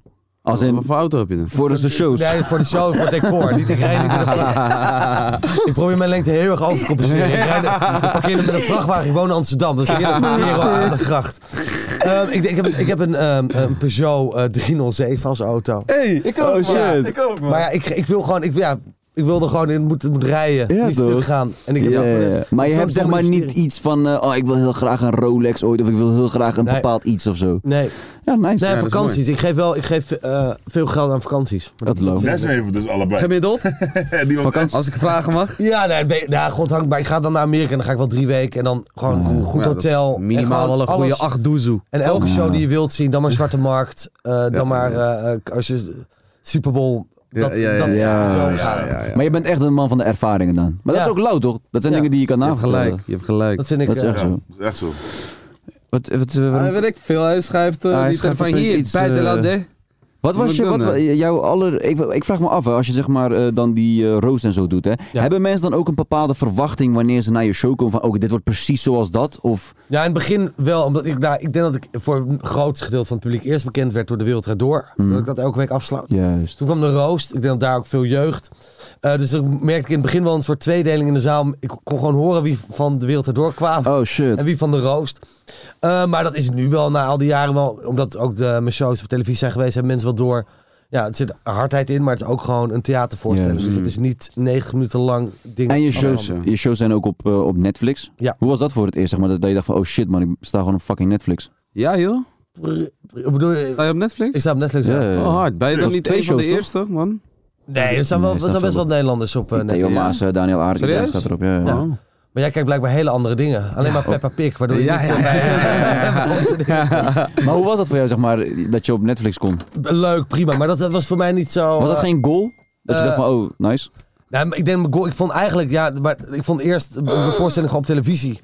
E: Als in,
F: Wat voor auto heb je dan?
E: voor de shows.
G: Nee, voor de show, voor het decor. Niet, ik rijd niet in de Ik probeer mijn lengte heel erg over te compenseren. Ik parkeer met een vrachtwagen. Ik woon in Amsterdam. Dus ik parkeer aan de gracht. Ik heb een Peugeot 307 als auto.
F: Hey, ik ook,
E: shit.
F: Ik ook, man.
G: Maar ja, ik wil gewoon... Ik wilde gewoon, het moet rijden,
E: Ja,
G: niet
E: toch?
G: stuk gaan. En ik heb
E: Maar je
G: zo'n
E: hebt zeg maar
G: domme
E: niet iets van, ik wil heel graag een Rolex ooit, of ik wil heel graag een
G: Nee.
E: bepaald iets of zo.
G: Nee,
E: Ja, nice.
G: nee
F: dat is
G: vakanties. Ik geef veel geld aan vakanties. Maar
E: Dat loopt.
D: Des even dus allebei.
F: Gemiddeld?
D: Die ook-
F: Als ik vragen mag?
G: Ja, god hangt bij. Ik ga dan naar Amerika en dan ga ik wel 3 weken. En dan gewoon een goed
F: Ja, dat is
G: hotel. En
F: minimaal
G: gewoon
F: wel een goede
G: alles.
F: 8 doezoe.
G: En elke show die je wilt zien, dan maar Zwarte Markt. Dan maar als je Super Bowl. Dat
F: ja.
G: zo
E: Ja.
G: gaan.
E: Maar je bent echt een man van de ervaringen dan. Maar dat
G: Ja.
E: is ook lauw, toch? Dat zijn
G: Ja.
E: dingen die je kan
F: Je hebt
E: navertellen.
F: gelijk, je hebt gelijk.
G: Dat vind ik...
E: Dat is echt
D: Ja,
E: zo.
D: dat is echt zo.
E: Waarom-
F: Weet ik veel, hij schrijft
E: Hij
F: die
E: schrijft
F: van
E: opeens
F: hier,
E: iets,
F: bij de LAD.
E: Wat was jouw ik vraag me af, hè, als je zeg maar dan die roast en zo doet, hè.
G: Ja.
E: Hebben mensen dan ook een bepaalde verwachting wanneer ze naar je show komen van, dit wordt precies zoals dat? Of...
G: Ja, in het begin wel. Omdat ik denk dat ik voor een groot gedeelte van het publiek eerst bekend werd door De Wereld Draait Door. Dat ik dat elke week afsloot.
E: Juist.
G: Toen kwam de roast. Ik denk dat daar ook veel jeugd. Dus dan merkte ik in het begin wel een soort tweedeling in de zaal. Ik kon gewoon horen wie van De Wereld Draait Door kwam.
E: Oh shit.
G: En wie van de roast. Maar dat is nu wel na al die jaren wel. Omdat ook mijn shows op televisie zijn geweest. Hebben mensen wel door. Ja, het zit hardheid in. Maar het is ook gewoon een theatervoorstelling.
E: Yes.
G: Dus het is niet 90 minuten lang dingen.
E: En je shows zijn ook op Netflix.
G: Ja.
E: Hoe was dat voor het eerst? Zeg maar, dat je dacht van, oh shit man, ik sta gewoon op fucking Netflix.
F: Ja joh,
G: Bedoel je,
F: sta je op Netflix?
G: ik sta op Netflix. Ja.
E: Ja.
F: Oh hard, ben je dan
E: was
F: niet
E: 2
F: een van de
E: shows,
F: eerste, man?
G: Nee, er staan
E: Nee, staat
G: best wel
E: veel.
G: wat Nederlanders op
E: Theo
G: Netflix.
E: Maas, Daniel Arendt,
F: Serieus?
E: iedereen staat erop. Ja.
G: Ja. Maar jij kijkt blijkbaar hele andere dingen. Alleen maar Peppa Pig, waardoor je niet...
E: Maar hoe was dat voor jou, zeg maar, dat je op Netflix kon?
G: Leuk, prima. Maar dat was voor mij niet zo...
E: Was dat geen goal? Dat je dacht van, oh, nice.
G: Nou, ik vond eigenlijk... Ja, maar ik vond eerst de voorstelling gewoon op televisie.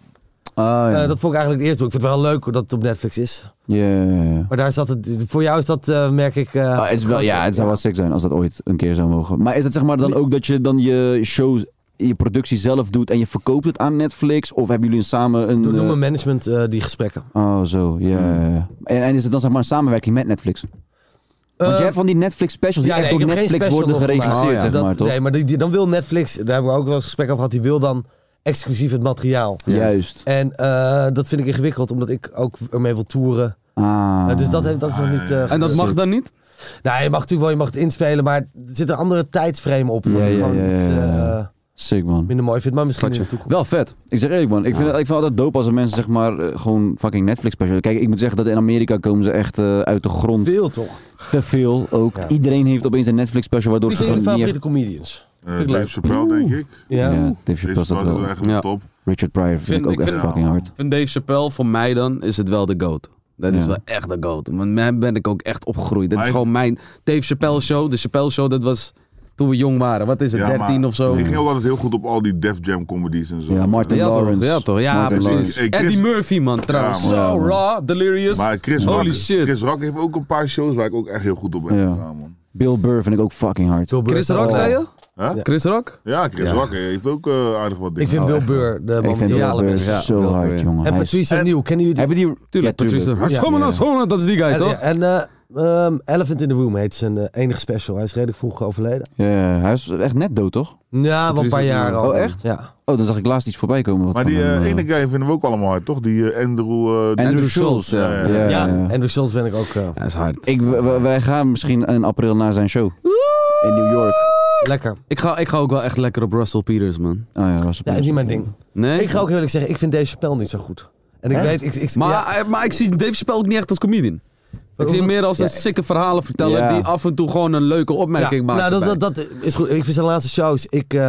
E: Ja.
G: Dat vond ik eigenlijk het eerste. Ik vind het wel leuk dat het op Netflix is.
E: Ja.
G: Maar daar zat het... Voor jou is dat, merk ik...
E: Het is wel, het zou wel sick zijn als dat ooit een keer zou mogen. Maar is het zeg maar dan ook dat je dan je shows, je productie zelf doet en je verkoopt het aan Netflix? Of hebben jullie samen een...
G: Door mijn management die gesprekken.
E: Oh, zo, ja. En is het dan zeg maar een samenwerking met Netflix? Want je hebt van die Netflix specials die echt door Netflix worden geregisseerd, zeg maar, toch?
G: Nee, maar dan wil Netflix... Daar hebben we ook wel eens gesprek over gehad. Die wil dan exclusief het materiaal.
E: Juist.
G: En dat vind ik ingewikkeld, omdat ik ook ermee wil toeren. Dus dat is nog niet...
F: En dat mag dan niet?
G: Nou, je mag natuurlijk wel, je mag het inspelen, maar er zit een andere tijdsframe op. Wat ik gewoon iets
E: Sick, man.
G: minder mooi vind, maar misschien in de toekomst.
E: Wel vet. Ik zeg eerlijk, man. Ik vind altijd dope als er mensen zeg maar gewoon fucking Netflix special. Kijk, ik moet zeggen dat in Amerika komen ze echt uit de grond.
G: Veel toch?
E: Te veel ook.
G: Ja.
E: Iedereen heeft opeens een Netflix special waardoor
G: Wie
E: ze
G: zijn
E: gewoon
G: jullie
E: niet
G: favoriete
E: echt...
G: comedians? Vind ik
D: Dave
G: leuk.
D: Chappelle, denk ik.
G: Ja.
E: Ja, Dave
D: Deze
E: Chappelle staat
D: is
E: wel.
D: echt
F: Ja.
D: top.
E: Richard Pryor vind ik ook echt
F: vind-
E: fucking hard.
F: Ik vind Dave Chappelle, voor mij dan, is het wel de GOAT. Dat is
E: Ja.
F: wel echt de GOAT. Want met hem ben ik ook echt opgegroeid. Dat is
D: Maar
F: gewoon mijn Dave Chappelle show. De Chappelle show, dat was toen we jong waren. Wat is het, 13
D: maar
F: of zo?
D: Die ging ook altijd heel goed op al die Def Jam comedies en zo.
E: Ja, Martin
F: Ja toch,
E: Lawrence.
F: ja toch. Ja,
E: Martin
F: precies.
E: Lawrence.
D: Hey, Chris-
F: Eddie Murphy, man, trouwens.
D: Ja,
F: Zo
E: man.
F: raw, delirious.
D: Maar Chris
F: Holy
D: Rock,
F: shit.
D: Chris Rock heeft ook een paar shows waar ik ook echt heel goed op ben
E: Ja.
D: gegaan, man.
E: Bill Burr vind ik ook fucking hard.
G: Bill Burr
F: Chris
G: is
F: Rock,
G: wel-
F: zei je?
D: Huh?
F: Chris Rock?
D: Ja, Chris
F: Ja.
D: Rock heeft ook aardig wat dingen.
G: Ik vind Bill Burr de
E: Ik vind
G: momenteel
E: Bill
G: allerbeste.
E: Burr
F: Ja,
E: zo
F: Bill
E: hard,
F: Burr.
E: jongen.
G: En
E: Hij is-
G: Patrice O'Neal, kennen jullie die?
E: Hebben die...
F: Tuurlijk,
E: Ja,
F: Patricia.
E: tuurlijk.
F: Dat is die guy, toch?
G: En Elephant in the Room heet zijn enige special. Hij is redelijk vroeg overleden.
E: Ja, hij is echt net dood, toch?
G: Ja, wel een paar jaar al.
E: Oh, echt?
G: Ja.
E: Oh, dan zag ik laatst iets voorbij komen. Wat
D: Maar
E: van
D: die
E: hem,
D: ene guy vinden we ook allemaal hard, toch? Die
E: Andrew Schulz,
F: ja.
E: Ja,
G: Ja,
E: ja.
G: Andrew Schulz ben ik ook
F: Dat is hard.
E: Wij gaan misschien in april naar zijn show. In New York.
G: lekker.
F: Ik ga ook wel echt lekker op Russell Peters, man.
E: Oh ja, was
G: Ja, is niet mijn ding.
F: Nee?
G: Ik ga ook eerlijk zeggen, ik vind Dave Chappelle niet zo goed. En ik weet...
F: Maar ik zie Dave Chappelle ook niet echt als comedian. Ik zie hem meer als een sikke verhalen verteller
E: Ja.
F: die af en toe gewoon een leuke opmerking maakt.
G: Nou,
F: erbij.
G: dat is goed. Ik vind zijn laatste shows...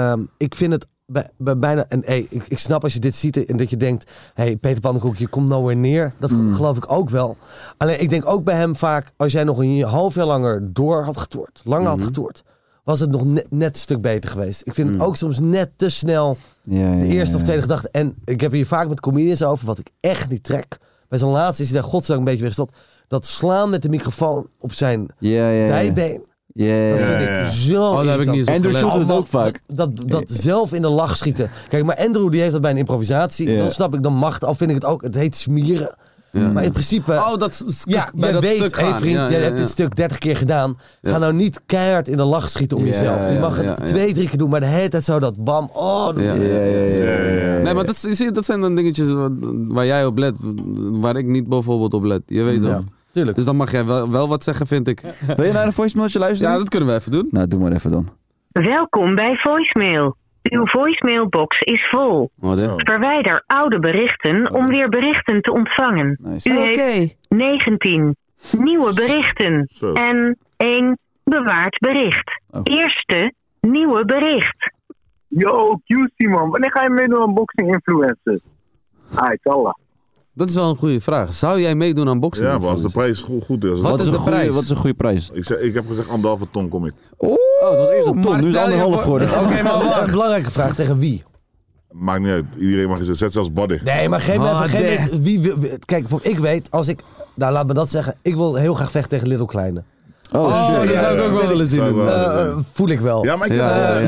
G: Ik vind het bij bijna... En ik snap als je dit ziet en dat je denkt... Hey, Peter Pannenkoek, je komt nowhere neer. Dat geloof ik ook wel. Alleen ik denk ook bij hem vaak... Als jij nog een half jaar langer door had getoerd... Langer had getoerd... Was het nog net een stuk beter geweest. Ik vind het ook soms net te snel... De eerste of tweede gedachte. En ik heb hier vaak met comedians over... Wat ik echt niet trek. Bij zijn laatste is hij daar godsdank een beetje weer gestopt. Dat slaan met de microfoon op zijn dijbeen. Dat vind ik zo
F: dat heb ik niet eens
E: Andrew
F: opgelet.
E: Schulz doet het ook vaak.
G: Dat zelf in de lach schieten. Kijk, maar Andrew die heeft dat bij een improvisatie.
E: Ja.
G: Dan snap ik, dan mag het. Al vind ik het ook, het heet smieren.
F: Ja.
G: Maar in principe...
F: Oh, dat stuk,
G: Ja,
F: bij
G: je
F: dat
G: weet,
F: stuk
G: hey
F: gaan.
G: vriend,
F: Ja,
G: jij
F: ja,
G: hebt dit
F: ja.
G: stuk 30 keer gedaan. Ga nou niet keihard in de lach schieten om
E: Ja,
G: jezelf. Je mag
E: ja,
G: het 2-3 keer doen, maar de hele tijd zo dat bam. Oh, dat-
F: Ja.
D: Ja.
F: Nee, maar dat zijn dan dingetjes waar jij op let, waar ik niet bijvoorbeeld op let. Je weet
G: Ja,
F: toch?
G: tuurlijk.
F: Dus dan mag jij wel wat zeggen, vind ik.
E: Wil je naar een voicemailtje luisteren?
F: Ja, dat kunnen we even doen.
E: Nou, doe maar even dan.
H: Welkom bij voicemail. Uw voicemailbox is vol.
F: Wat, hè?
H: Verwijder oude berichten om weer berichten te ontvangen.
E: Nice.
H: U heeft 19 nieuwe berichten
D: Zo.
H: en 1 bewaard bericht.
E: Oh.
H: Eerste nieuwe bericht.
I: Yo, QC man, wanneer ga je meedoen aan boxing influencers? Allah.
F: Dat is wel een goede vraag. Zou jij meedoen aan boksen?
D: Ja, maar als de prijs goed is.
F: Wat is de prijs?
E: Wat is een goede prijs?
D: Ik heb gezegd 1,5 ton kom ik.
E: Oh, het was eerst een ton,
F: maar
E: nu is het
F: stel je
E: 1,5
F: voor-
E: geworden.
G: Oké, maar een belangrijke vraag, tegen wie?
D: Maakt niet uit. Iedereen mag je zet zelfs body.
G: Nee, maar geef me
F: Ah,
G: even kijk, ik weet, als ik... Nou, laat me dat zeggen. Ik wil heel graag vechten tegen Little Kleine.
E: Oh, shit.
F: dat zou ik ook wel willen zien.
D: Zou ik wel
F: inderdaad.
D: willen zien.
G: Voel ik wel.
D: Ja, maar ik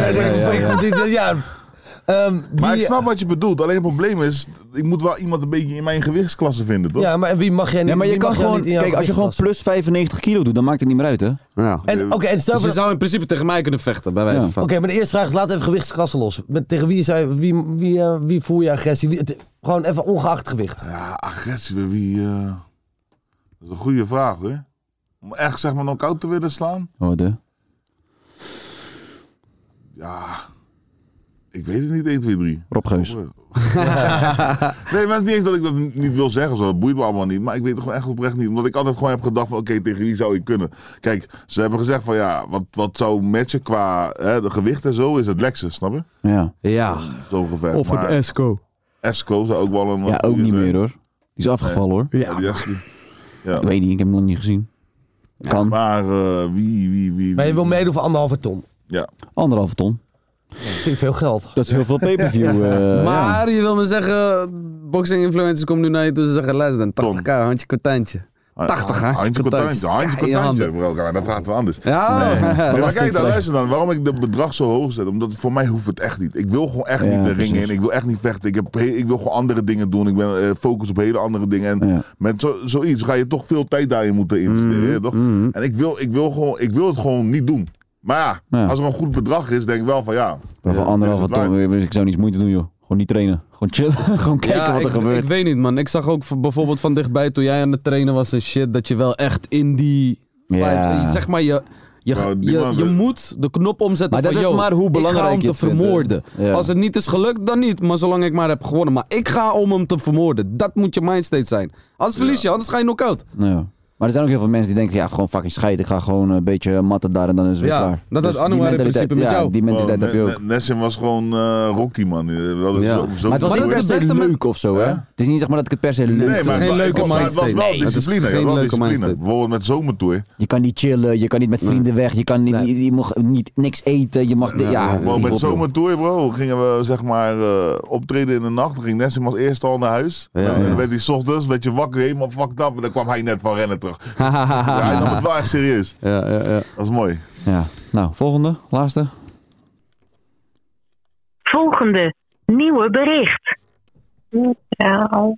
D: Maar ik snap wat je bedoelt. Alleen het probleem is, ik moet wel iemand een beetje in mijn gewichtsklasse vinden, toch?
G: Ja, maar wie mag jij niet?
E: Ja, maar je
G: wie
E: kan
G: mag jou
E: gewoon...
G: niet in jouw
E: Kijk, als je gewoon
G: gewichtsklasse?
E: plus 95 kilo doet, dan maakt het niet meer uit, hè?
F: Ja.
G: En en stel
F: Dus je
G: voor...
F: zou in principe tegen mij kunnen vechten, bij wijze
E: Ja.
F: van.
G: Oké, maar de eerste vraag is, laat even gewichtsklasse los. Tegen wie voel je agressie? Gewoon even ongeacht gewicht.
D: Ja, agressie bij wie? Dat is een goede vraag, hoor. Om echt, zeg maar, knock-out te willen slaan?
E: Oh, de...
D: Ja, ik weet het niet, 1, 2, 3.
E: Rob Geus.
D: Nee, maar het is niet eens dat ik dat niet wil zeggen, zo. Dat boeit me allemaal niet. Maar ik weet het gewoon echt oprecht niet. Omdat ik altijd gewoon heb gedacht van, oké, tegen wie zou ik kunnen? Kijk, ze hebben gezegd van, ja, wat zou matchen qua de gewicht en zo, is het Lexus, snap je?
E: Ja.
F: Ja.
D: Zo ongeveer.
F: Of
D: Maar
F: het Esco.
D: Esco zou ook wel een...
E: Ja, ook niet meer, hoor. Die is afgevallen, hoor.
D: Ja, die Esco. Ja.
E: Ik weet niet, ik heb hem nog niet gezien. Kan.
D: Maar wie...
G: Maar je wil meedoen voor 1,5 ton.
D: Ja.
E: 1,5 ton.
G: Vind ik veel geld.
E: Dat is heel veel pay-per-view.
F: Maar je wil me zeggen, boxing influencers komen nu naar je toe en zeggen, luister dan, 80k, handje kwartantje. 80, hè?
D: Handje
F: Contantje.
D: contantje,
F: Ja, je
D: bro. Dat praten we anders.
F: Ja,
D: Nee, maar kijk,
E: Belastingvrij.
D: dan luister dan. Waarom ik het bedrag zo hoog zet? Omdat voor mij hoeft het echt niet. Ik wil gewoon echt
E: Ja,
D: niet de ring
E: precies.
D: in. Ik wil echt niet vechten. Ik wil gewoon andere dingen doen. Ik ben focus op hele andere dingen. En
E: Ja.
D: met zoiets ga je toch veel tijd daarin moeten investeren. Toch? En ik wil het gewoon niet doen. Maar ja,
E: Ja.
D: als er een goed bedrag is, denk ik wel van ja.
E: Maar voor
D: is
E: 1,5
D: het waard.
E: ton, ik zou niets moeite doen, joh. Gewoon niet trainen. Gewoon chillen. Gewoon kijken wat er gebeurt.
F: Ik weet niet, man. Ik zag ook bijvoorbeeld van dichtbij toen jij aan het trainen was en shit, dat je wel echt in die...
E: Ja.
F: vibe- zeg maar,
D: Nou, die man-
F: je moet de knop omzetten
E: Maar
F: van,
E: dat is
F: yo,
E: maar hoe belangrijk
F: ik ga hem
E: je
F: te
E: het vindt,
F: vermoorden.
E: ja.
F: Als het niet is gelukt, dan niet. Maar zolang ik maar heb gewonnen. Maar ik ga om hem te vermoorden. Dat moet je mindstate zijn. Anders verlies je, anders ga je knock-out.
E: Ja. Maar er zijn ook heel veel mensen die denken, ja, gewoon fucking scheid. Ik ga gewoon een beetje matten daar en dan is het weer
F: Ja,
E: klaar.
F: dat had
E: Dus
F: Anouar
E: die
F: in
E: mentaliteit-
F: principe met
E: ja,
F: jou.
E: die mentaliteit heb je ook.
D: Nessim was gewoon Rocky, man. Wel,
F: Ja.
D: zo
E: Maar het was
F: Maar
E: niet
F: dat
E: per
F: is
E: se
F: het beste met-
E: leuk of zo, hè?
D: Hè?
E: Het is niet zeg maar dat ik het per se leuk
D: Nee,
E: vind.
D: maar
F: geen
D: het
F: leuke
D: was wel
F: mindstate.
D: discipline.
F: Nee, het is
D: Het was
F: geen
D: wel
F: leuke
D: discipline.
F: mindstate.
D: Bijvoorbeeld met zomertour.
E: Je kan niet chillen, je kan niet met vrienden weg, je kan niet, je mag niet niks eten, je mag... Ja,
D: Bro,
E: die
D: met
E: op, joh.
D: zomertour, bro, gingen we zeg maar optreden in de nacht. Dan ging Nessim als eerste al naar huis.
F: Ja,
D: En
F: ja.
D: dan werd hij 's ochtends, werd je wakker, helemaal fucked up. En dan kwam hij net van rennen terug. Ja, hij nam het wel echt serieus.
F: Ja.
D: Dat is mooi.
E: Ja. Nou, volgende, laatste.
H: Volgende nieuwe bericht. Miauw.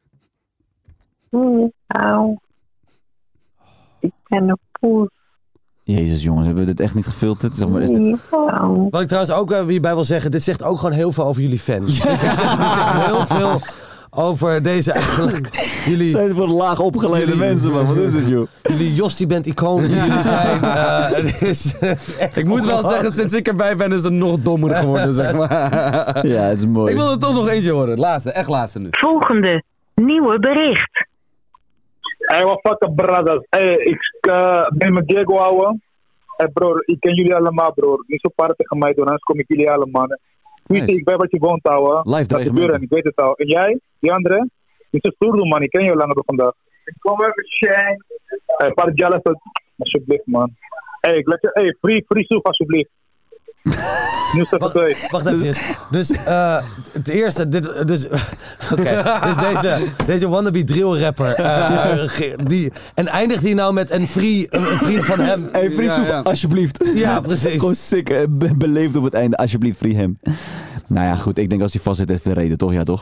H: Miauw. Ik ben een poes.
E: Jezus jongens, hebben we dit echt niet gefilterd? Zeg maar, is dit...
H: Miauw.
G: Wat ik trouwens ook hierbij wil zeggen, dit zegt ook gewoon heel veel over jullie fans. Dit zegt heel veel over deze eigenlijk. Jullie,
E: zijn voor laag opgeleide
G: Jullie-
E: mensen, man. Wat is dit, joh?
G: jullie Jostie bent iconen die jullie zijn. Het is echt
F: Ik moet wel
G: ongelooflijk.
F: zeggen, sinds ik erbij ben is het nog dommer geworden, zeg maar.
E: Ja, het is mooi.
F: Ik wil er toch nog eentje horen. Laatste, echt laatste nu.
H: Volgende nieuwe bericht.
I: Hey, wat fucking brothers. Hey, ik ben met Diego houden. Hey broer, ik ken jullie allemaal broer. Niet zo parten tegen mij doen, anders kom ik jullie allemaal. Weet
E: Nice.
I: ik weet wat je woont houden.
E: Live
I: Dat
E: dreigementen.
I: gebeuren, ik weet het al. En jij, die andere? Niet zo stoer doen man, ik ken je langer dan vandaag. Ik kom even shine. Hey, paar jealous, alsjeblieft man. Hey, ik let je, hey, free soep alsjeblieft. Nu is het twee.
G: Wacht even. Dus het eerste, oké. Dus deze wannabe drill rapper, en eindigt hij nou met een vriend van hem?
E: Hey, Free
F: Ja,
E: Soep,
F: ja.
E: alsjeblieft.
G: Ja, precies.
E: Gewoon sick, beleefd op het einde. Alsjeblieft, free hem. Nou ja, goed. Ik denk als hij vast zit, heeft de reden, toch? Ja, toch?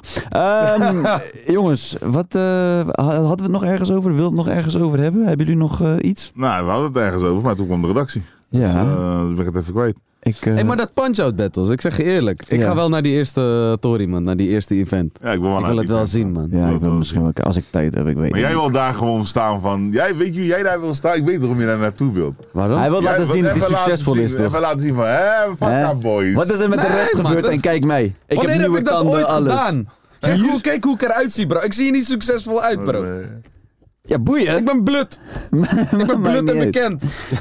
E: Jongens, wat hadden we het nog ergens over? Wil het nog ergens over hebben? Hebben jullie nog iets?
D: Nou, we hadden het ergens over, maar toen kwam de redactie.
E: Ja.
D: Dus ben ik het even kwijt.
F: Hey, maar dat punch-out battles, ik zeg je eerlijk. Ik ga wel naar die eerste Tory, man. Naar die eerste event.
D: Ja, ik wil
F: het wel zien, man.
E: Ja, ik wil misschien wel, als ik tijd heb, ik weet
D: Maar jij wil daar gewoon staan van... Weet je wie jij daar wil staan? Ik weet waarom je daar naartoe wilt.
F: Waarom?
E: Hij wil laten zien dat hij succesvol is, toch?
D: Even laten zien van, fuck that boys.
E: Wat is er met de rest gebeurd? En kijk mij. Ik heb nieuwe tanden, alles.
F: Gedaan? Kijk hoe ik eruit zie, bro. Ik zie je niet succesvol uit, bro.
E: Ja, boeien.
F: Ik ben blut. Ik ben blut en bekend.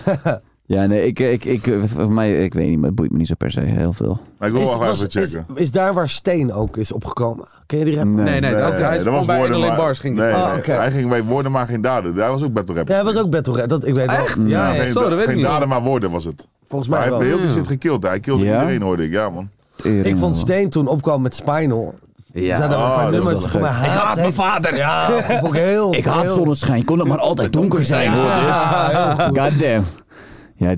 E: Ja, nee, voor mij, ik weet niet, maar het boeit me niet zo per se heel veel.
D: Maar ik wil wel even checken.
G: Is daar waar Steen ook is opgekomen? Ken je die rap?
F: Nee, hij is gewoon bij NLA Bars.
D: Hij ging bij woorden maar geen daden. Hij was ook battle rapper.
G: Ja, hij was ook battle rapper. Ik weet
F: echt?
G: Ja,
D: geen daden maar woorden was het.
G: Volgens mij
D: maar
G: wel.
D: Hij heeft heel die shit gekild. Hij kilde iedereen, hoorde ik. Ja, man.
G: Ik vond Steen toen opkwam met Spinal.
E: Ja,
G: zijn er een paar nummers.
E: Ik
G: haat mijn vader. Ja, ook heel.
E: Ik haat zonneschijn. Kon het maar altijd donker zijn, hoor. Goddamn. Ja,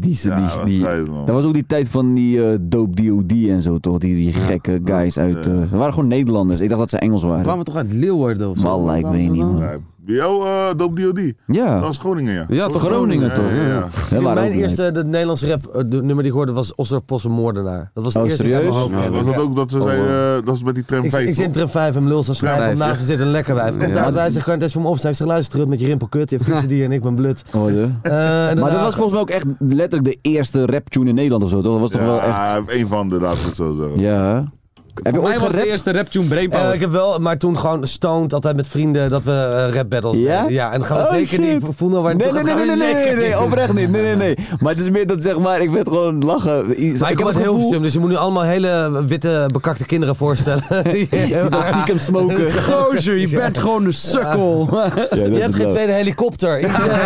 E: dat was ook die tijd van die Dope D.O.D. en zo, toch? Die gekke guys uit... Ze waren gewoon Nederlanders. Ik dacht dat ze Engels waren.
F: Kwamen we toch uit Leeuwarden of zo?
E: Wallah, ik weet niet, man.
D: Dope D.O.D.
E: Ja.
D: Dat was Groningen, ja.
F: Ja, toch
E: Groningen, toch?
G: Ja. Mijn eerste de Nederlandse rap nummer die ik hoorde was Osterposse Moordenaar. Dat was de eerste
E: serieus?
G: die ik
D: Was dat ook dat ze zeiden, dat is met die tram 5?
G: Ik zit in tram 5 en Lul zo snel op naast me zit een lekker wijf. Komt daar uit, zegt kan je eens voor me opstaan. Ik zeg luister terug met je rimpelkut, je vieze dier en ik ben blut.
E: Maar dat was volgens mij ook echt letterlijk de eerste raptune in Nederland of zo, toch? Dat was toch wel echt...
D: Ja, een van de, laat ik het zo zeggen.
E: Ja. Heb je ooit
F: was de eerste raptune Brainpower.
G: Ik heb wel, maar toen gewoon stoned altijd met vrienden dat we rap battles deden. Ja, en dan gaan we zeker niet voelen waar
E: Nee, oprecht niet. Nee. Maar het is meer dat zeg maar, ik vind gewoon lachen.
G: Maar ik heb het heel veel, dus je moet nu allemaal hele witte bekakte kinderen voorstellen.
E: Die dan stiekem smoken.
F: Gozer, je bent gewoon een sukkel.
G: Je hebt geen tweede helikopter.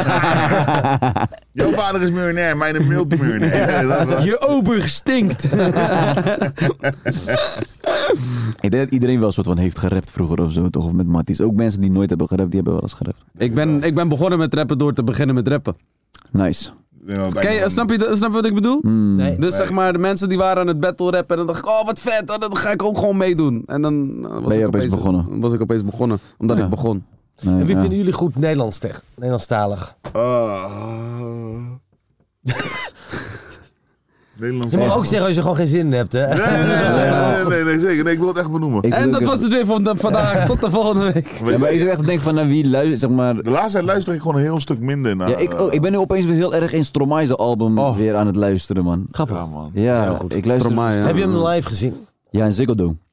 D: Jouw vader is miljonair, mijn is multimiljonair.
F: Je ober stinkt.
E: Ik denk dat iedereen wel een soort van heeft gerapt vroeger of zo, toch? Of met matties. Ook mensen die nooit hebben gerapt, die hebben wel eens gerapt.
F: Ik ben begonnen met rappen door te beginnen met rappen.
E: Nice.
F: Snap je wat ik bedoel?
G: Nee.
F: Dus zeg maar, de mensen die waren aan het battle rappen en dan dacht ik, oh wat vet, dan ga ik ook gewoon meedoen. En dan was ik opeens begonnen, omdat ik begon.
E: Nee,
G: en wie vinden jullie goed Nederlandstalig? Je mag ook zeggen als je gewoon geen zin hebt, hè?
D: Nee, zeker. Nee, ik wil het echt benoemen.
F: En dat was het weer van vandaag. Tot de volgende week.
E: Ja, maar ik zit echt te denken van, naar wie luistert, zeg maar...
D: De laatste tijd luister ik gewoon een heel stuk minder naar...
E: Ja, ik ben nu opeens weer heel erg in Stromae's album weer aan het luisteren, man.
G: Grappig.
D: Ja, man.
E: Ja, ik luister...
F: Stromae, ja.
G: Heb je hem live gezien?
E: Ja, in Ziggo Dome.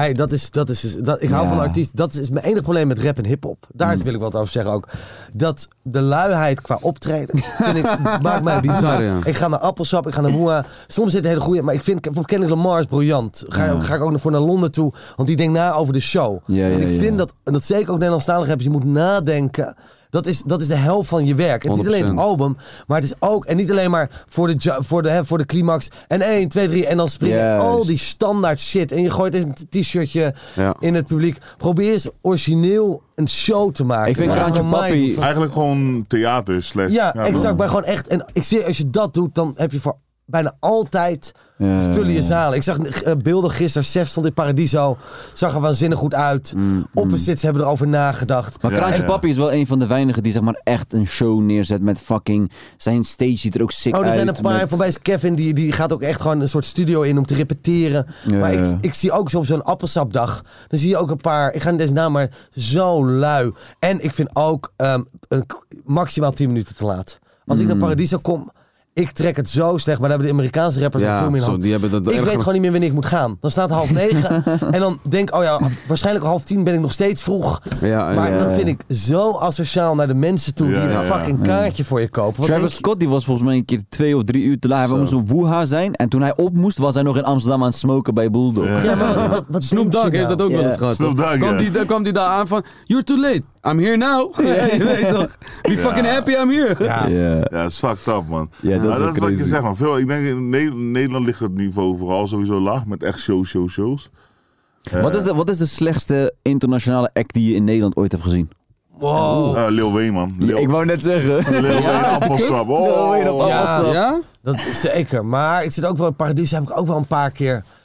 G: Ik hou van artiest. Dat is mijn enige probleem met rap en hiphop. Daar wil ik wat over zeggen ook. Dat de luiheid qua optreden maakt mij bizar.
F: Ja.
G: Ik ga naar Appelsap, ik ga naar Moa. Soms zit een hele goede, maar ik vind Kendrick Lamar is briljant. Ga ik ook nog voor naar Londen toe, want die denkt na over de show. En ik vind dat, en dat zeker ook Nederlandstalig hebben, je moet nadenken. Dat is de helft van je werk. Het is niet alleen het album, maar het is ook... En niet alleen maar voor de climax. En 1, 2, 3 en dan springen al die standaard shit. En je gooit een t-shirtje in het publiek. Probeer eens origineel een show te maken.
E: Ik vind Kraantje Papi...
D: Eigenlijk gewoon theater /
G: Ja, exact. Maar gewoon echt... En ik zweer, als je dat doet, dan heb je voor bijna altijd vullen je zalen. Ik zag beelden gisteren. Sef stond in Paradiso. Zag er waanzinnig goed uit. Opposites hebben erover nagedacht.
E: Maar Kraantje Papi is wel een van de weinigen die zeg maar echt een show neerzet met fucking... Zijn stage ziet er ook sick uit.
G: Er zijn een paar. Voorbij is Kevin. Die gaat ook echt gewoon een soort studio in om te repeteren. Maar ik zie ook op zo'n appelsapdag. Dan zie je ook een paar... Ik ga niet deze naam, maar zo lui. En ik vind ook maximaal 10 minuten te laat. Als ik naar Paradiso kom... Ik trek het zo slecht, maar daar hebben de Amerikaanse rappers veel meer in
F: die hebben dat
G: ik weet gewoon niet meer wanneer ik moet gaan. Dan staat het 8:30 en dan denk ik, waarschijnlijk 9:30 ben ik nog steeds vroeg. Maar dat vind ik zo asociaal naar de mensen toe die een fucking kaartje voor je kopen.
E: Travis Scott die was volgens mij een keer 2 of 3 uur te laat. Hij moest op Wuha zijn en toen hij op moest, was hij nog in Amsterdam aan het smoken bij Bulldog.
G: Ja, maar wat
F: Snoop Dogg heeft dat ook wel eens gehad.
D: Snoop Dogg,
F: dan kwam hij daar aan van, you're too late. I'm here now. Je weet toch. Be fucking happy I'm here.
D: Ja, het is fucked up, man.
E: Ja, dat is
D: wat je zegt, man. Ik denk in Nederland ligt het niveau vooral sowieso laag. Met echt shows.
E: Wat is de slechtste internationale act die je in Nederland ooit hebt gezien?
G: Wow.
D: Lil Wayne, man.
E: Ik wou net zeggen.
D: Lil Wayne appelsap.
E: Lil Wayne op appelsap.
F: Ja?
G: Dat is zeker. Maar ik zit ook wel in Paradies. Heb ik ook wel een paar keer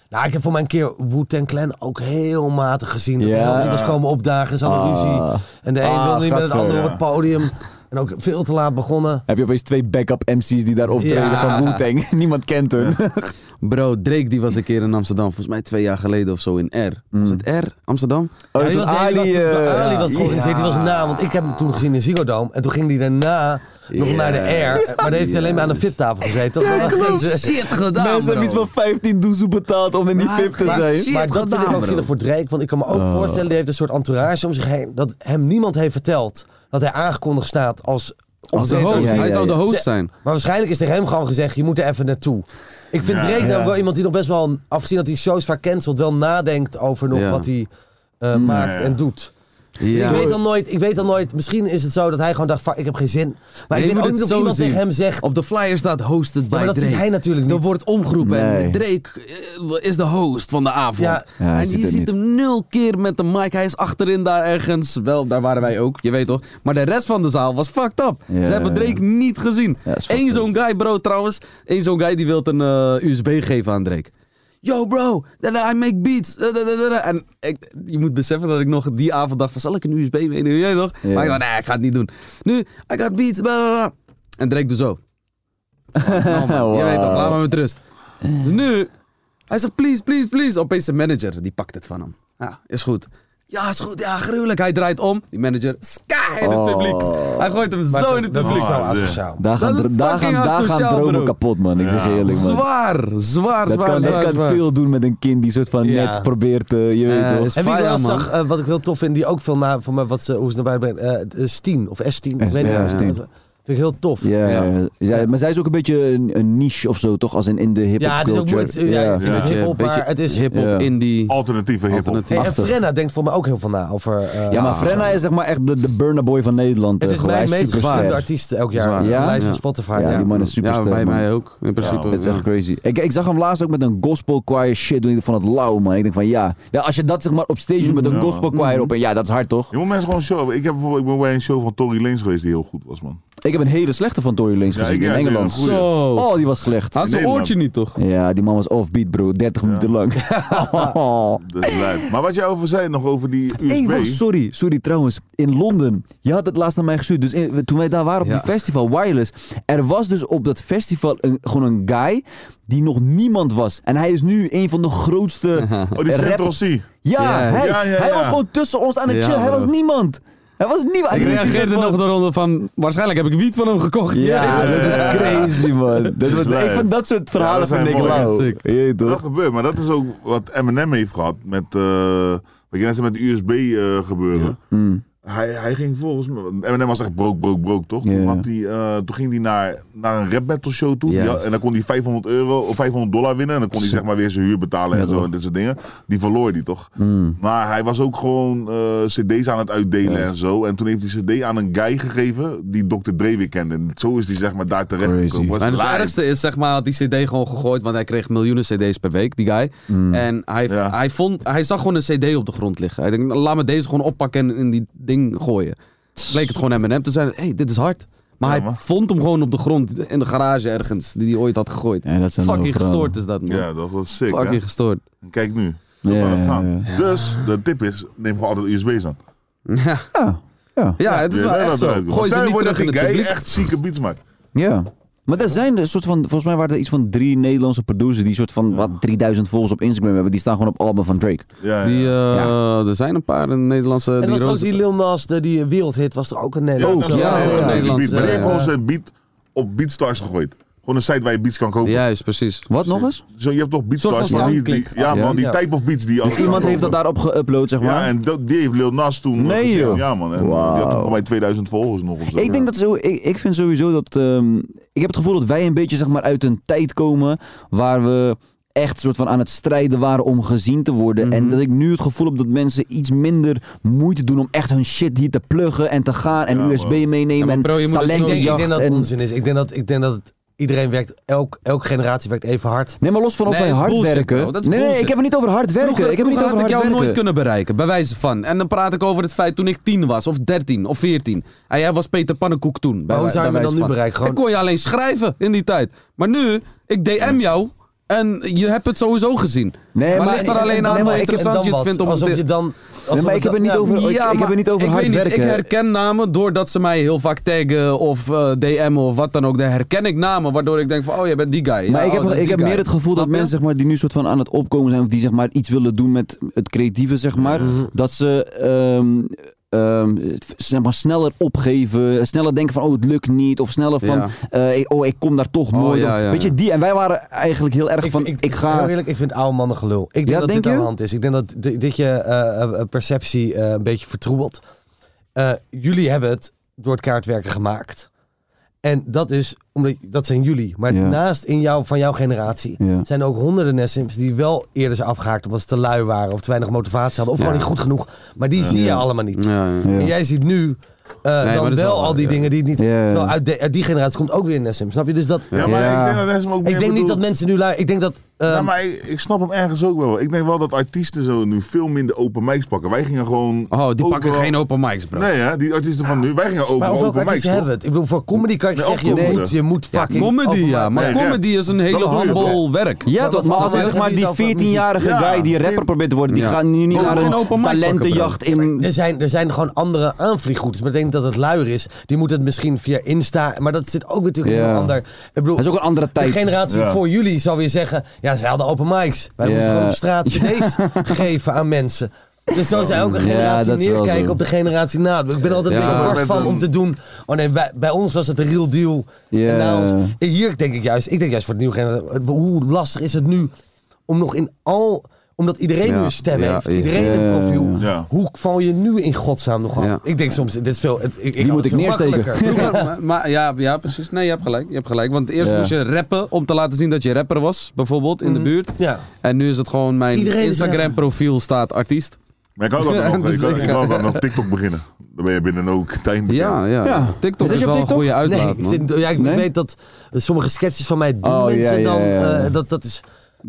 G: Nou, ik heb voor mij een keer Wu-Tang Clan ook heel matig gezien. Dat heel veel was komen opdagen, ze hadden ruzie. En de een wilde niet met het andere op het podium. En ook veel te laat begonnen.
E: Heb je opeens 2 backup MC's die daar optreden van Wu-Tang. Niemand kent hun.
F: Bro, Drake die was een keer in Amsterdam. Volgens mij 2 jaar geleden of zo in R. Was het R? Amsterdam?
G: Ja, die was, Ali was gewoon gezeten. Die was na, want ik heb hem toen gezien in Ziggo Dome. En toen ging hij daarna nog naar de R. Maar dan heeft hij alleen maar aan de VIP-tafel gezeten. Toch?
F: Ja, shit gedaan,
E: mensen hebben iets van 15 doezoe betaald om in die VIP te zijn.
G: Maar dat vind ik ook zinnig voor Drake. Want ik kan me ook voorstellen, die heeft een soort entourage om zich heen. Dat hem niemand heeft verteld dat hij aangekondigd staat als
F: de host. Hij zou de host zijn.
G: Maar waarschijnlijk is tegen hem gewoon gezegd, je moet er even naartoe. Ik vind Drake nou wel iemand die nog best wel, afgezien dat hij shows vaak cancelt, wel nadenkt over nog wat hij maakt en doet. Ja. Ik weet dan nooit, misschien is het zo dat hij gewoon dacht, fuck, ik heb geen zin. Maar ik weet ook niet of iemand tegen hem zegt...
F: Op de flyer staat hosted by Drake.
G: Maar dat ziet hij natuurlijk niet.
F: Er wordt omgeroepen en Drake is de host van de avond. Ja. En je ziet hem 0 keer met de mic. Hij is achterin daar ergens. Wel, daar waren wij ook, je weet toch. Maar de rest van de zaal was fucked up. Ze hebben Drake niet gezien. Eén zo'n guy, bro, trouwens. Eén zo'n guy die wil een USB geven aan Drake. Yo bro, I make beats. En je moet beseffen dat ik nog die avond dacht van, zal ik een USB meenemen? Jij toch? Yeah. Maar ik dacht, nee, ik ga het niet doen. Nu, I got beats. Blablabla. En Drake doet zo. Wow. Je weet toch, laat me met rust. Dus nu, hij zegt please. Opeens de manager, die pakt het van hem. Ja, is goed. Ja, is goed. Ja, gruwelijk. Hij draait om. Die manager, sky in het publiek. Hij gooit hem zo in het publiek.
E: Daar gaan dromen kapot, man. Ik zeg je eerlijk, man.
F: Zwaar.
E: Dat kan veel doen met een kind die soort van net probeert, je weet toch.
G: En wie ik wel zag, wat ik heel tof vind, die ook veel na van mij, hoe ze naar buiten brengt, Steen of S10. Ik weet niet. Steen. Vind ik heel tof.
E: Ja, maar zij is ook een beetje een niche of zo, toch? Als in de hip-hop culture.
G: Het is hip-hop, maar het is
F: hip-hop indie.
D: Alternatieve hip-hop.
G: En Frenna denkt voor mij ook heel veel na over...
E: maar Frenna is zeg maar echt de Burna Boy van Nederland.
G: Het is mijn meest gestreamde artiest elk jaar. De lijst van Spotify.
E: Ja, die man is superster.
F: Ja, bij mij ook. In principe.
E: Het is echt crazy. Ik zag hem laatst ook met een gospel choir shit doen. Ik vond het lauw, man. Ik denk van ja, als je dat zeg maar op stage doet met een gospel choir op, en ja, dat is hard, toch?
D: Je moet mensen gewoon showen. Ik ben bij een show van Tory Lanez geweest die heel goed was, man.
E: Ik heb een hele slechte van Tory Lanez gezien in Engeland.
F: Zo.
E: Oh, die was slecht.
F: Had zijn oortje niet, toch?
E: Ja, die man was offbeat, bro. 30 minuten lang.
D: Dat is lijp. Maar wat jij over zei, nog over die USB...
E: Sorry trouwens. In Londen. Je had het laatst naar mij gestuurd. Dus toen wij daar waren op die festival, Wireless. Er was dus op dat festival gewoon een guy die nog niemand was. En hij is nu een van de grootste...
D: die Central C.
E: Ja, hij was gewoon tussen ons aan het chillen. Hij was niemand. Hij was niet...
F: Ik reageerde nog eronder van... Waarschijnlijk heb ik wiet van hem gekocht.
E: Ja, dat is crazy, man. Ik vind dat soort verhalen van Nick Lau.
D: Dat gebeurt, maar dat is ook wat Eminem heeft gehad met... wat je net zei met de USB gebeuren. Ja. Hij ging volgens mij... Eminem was echt broke, toch? Yeah. Toen ging hij naar een rap battle show toe. Yes. En dan kon hij $500 of $500 winnen. En dan kon hij zeg maar weer zijn huur betalen en zo en dit soort dingen. Die verloor hij toch? Maar hij was ook gewoon cd's aan het uitdelen en zo. En toen heeft hij cd aan een guy gegeven die Dr. Dre weer kende. En zo is hij zeg maar daar terecht gekomen.
F: En het ergste is zeg maar, had die cd gewoon gegooid. Want hij kreeg miljoenen cd's per week, die guy. En hij zag gewoon een cd op de grond liggen. Hij dacht, laat me deze gewoon oppakken en in die ding gooien. Bleek het gewoon Eminem te zijn. Hey, dit is hard. Maar hij vond hem gewoon op de grond in de garage ergens die hij ooit had gegooid.
E: Ja, dat
F: fucking gestoord is dat, man.
D: Ja, dat was sick.
F: Fucking gestoord.
D: En kijk nu. Dus de tip is, neem gewoon altijd USB's aan.
F: Ja, het is wel echt zo. Gooi ze niet terug in het publiek.
D: Echt zieke beats maakt.
E: Ja. Maar er zijn een soort van, volgens mij waren er iets van 3 Nederlandse producers die soort van 3000 volgers op Instagram hebben. Die staan gewoon op album van Drake.
F: Er zijn een paar Nederlandse.
G: En dat was ook die Lil Nas, die wereldhit, was er ook een Nederlandse.
D: Een Nederlandse. Maar die heeft gewoon zijn beat op BeatStars gegooid. Gewoon een site waar je beats kan kopen.
F: Juist, precies.
E: Wat nog eens?
D: Zo, je hebt toch BeatStars, maar die type of beats die...
E: Dus iemand heeft dat daarop geüpload, zeg maar?
D: Ja, en die heeft Lil Nas toen gezien. Ja, man. En die had toen voor mij 2000 volgers nog of zo.
E: Ik denk dat zo... Ik vind sowieso dat... ik heb het gevoel dat wij een beetje, zeg maar, uit een tijd komen waar we echt soort van aan het strijden waren om gezien te worden. En dat ik nu het gevoel heb dat mensen iets minder moeite doen om echt hun shit hier te pluggen en te gaan en USB meenemen en talentjacht.
G: Ik denk dat het onzin is. Ik denk dat het... Iedereen werkt, elke generatie werkt even hard.
E: Nee, maar los van of wij hard werken. Nee, ik heb het niet over hard werken.
F: Vroeger had ik jou nooit kunnen bereiken, bij wijze van. En dan praat ik over het feit toen ik 10 was, of 13, of 14. En jij was Peter Pannenkoek toen.
G: Maar hoe zou je me dan nu bereiken?
F: Ik kon je alleen schrijven in die tijd. Maar nu, ik DM jou En je hebt het sowieso gezien.
E: Nee,
F: maar ligt er alleen aan hoe interessant je het vindt om
G: alsof je dan...
E: Nee, maar ik heb het niet over, ik heb het niet over hard werken.
F: Ik herken namen doordat ze mij heel vaak taggen of DM'en of wat dan ook. Dan herken ik namen waardoor ik denk van, oh, jij bent die guy.
E: Maar
F: ja,
E: ik heb meer het gevoel dat mensen zeg maar, die nu soort van aan het opkomen zijn of die zeg maar, iets willen doen met het creatieve, zeg maar, dat ze zeg maar, sneller opgeven, sneller denken van, oh, het lukt niet, of sneller van, ik kom daar toch nooit. Weet je, die, en wij waren eigenlijk heel erg van, ik ga...
G: Heel eerlijk, ik vind oude mannen gelul. Ik denk dat dit aan de hand is. Ik denk dat dit je perceptie een beetje vertroebelt. Jullie hebben het door het kaartwerken gemaakt. En dat is, omdat dat zijn jullie. Maar naast van jouw generatie zijn er ook honderden Nessims die wel eerder zijn afgehaakt omdat ze te lui waren of te weinig motivatie hadden of gewoon niet goed genoeg. Maar die zie je allemaal niet. En jij ziet nu dan wel al die dingen die niet... Terwijl uit die generatie komt ook weer Nessim. Snap je? Dus dat...
D: Ja, maar ik denk dat Nessim ook meer
G: Ik denk niet dat mensen nu luisteren. Ik denk dat...
D: Ja, maar ik snap hem ergens ook wel. Ik denk wel dat artiesten zo nu veel minder open mics pakken. Wij gingen gewoon...
F: Oh, die pakken geen open mics, bro.
D: Nee, hè? Die artiesten van nu. Wij gingen
G: maar
D: open mics,
G: hebben we het? Ik bedoel, voor comedy kan je zeggen, je moet fucking...
F: Comedy, ja. Maar comedy is een hele humble werk.
E: Ja, toch? Maar als er zeg maar die 14-jarige guy die rapper probeert te worden, die gaat nu niet naar een talentenjacht in...
G: Er zijn gewoon andere aanvliegroutes. Maar ik denk dat het luier is. Die moeten het misschien via Insta... Maar dat zit ook natuurlijk heel ander... Ik bedoel,
E: dat is ook een andere tijd.
G: De generatie voor jullie zou weer zeggen... Ja, ze hadden open mics. Wij moesten gewoon op straat cd's geven aan mensen. Dus zo zijn ook een generatie neerkijken op de generatie na. Ik ben altijd een beetje barst van om te doen. Oh nee, bij ons was het de real deal. En na ons, hier denk ik juist voor de nieuwe generatie... Hoe lastig is het nu om nog in al... Omdat iedereen nu een stem heeft. Iedereen een profiel. Hoe val je nu in godsnaam nog aan? Ik denk soms, dit is veel...
E: Die moet ik neersteken.
F: Maar ja, precies. Nee, je hebt gelijk. Want eerst moest je rappen om te laten zien dat je rapper was. Bijvoorbeeld, in de buurt. Ja. En nu is het gewoon mijn Instagram profiel staat artiest.
D: Maar ik wou dat nog TikTok beginnen. Dan ben je binnen ook tijd bekend.
F: Ja. TikTok is wel een goede uitlaat,
G: ik weet dat sommige sketches van mij doen mensen dan... Dat is...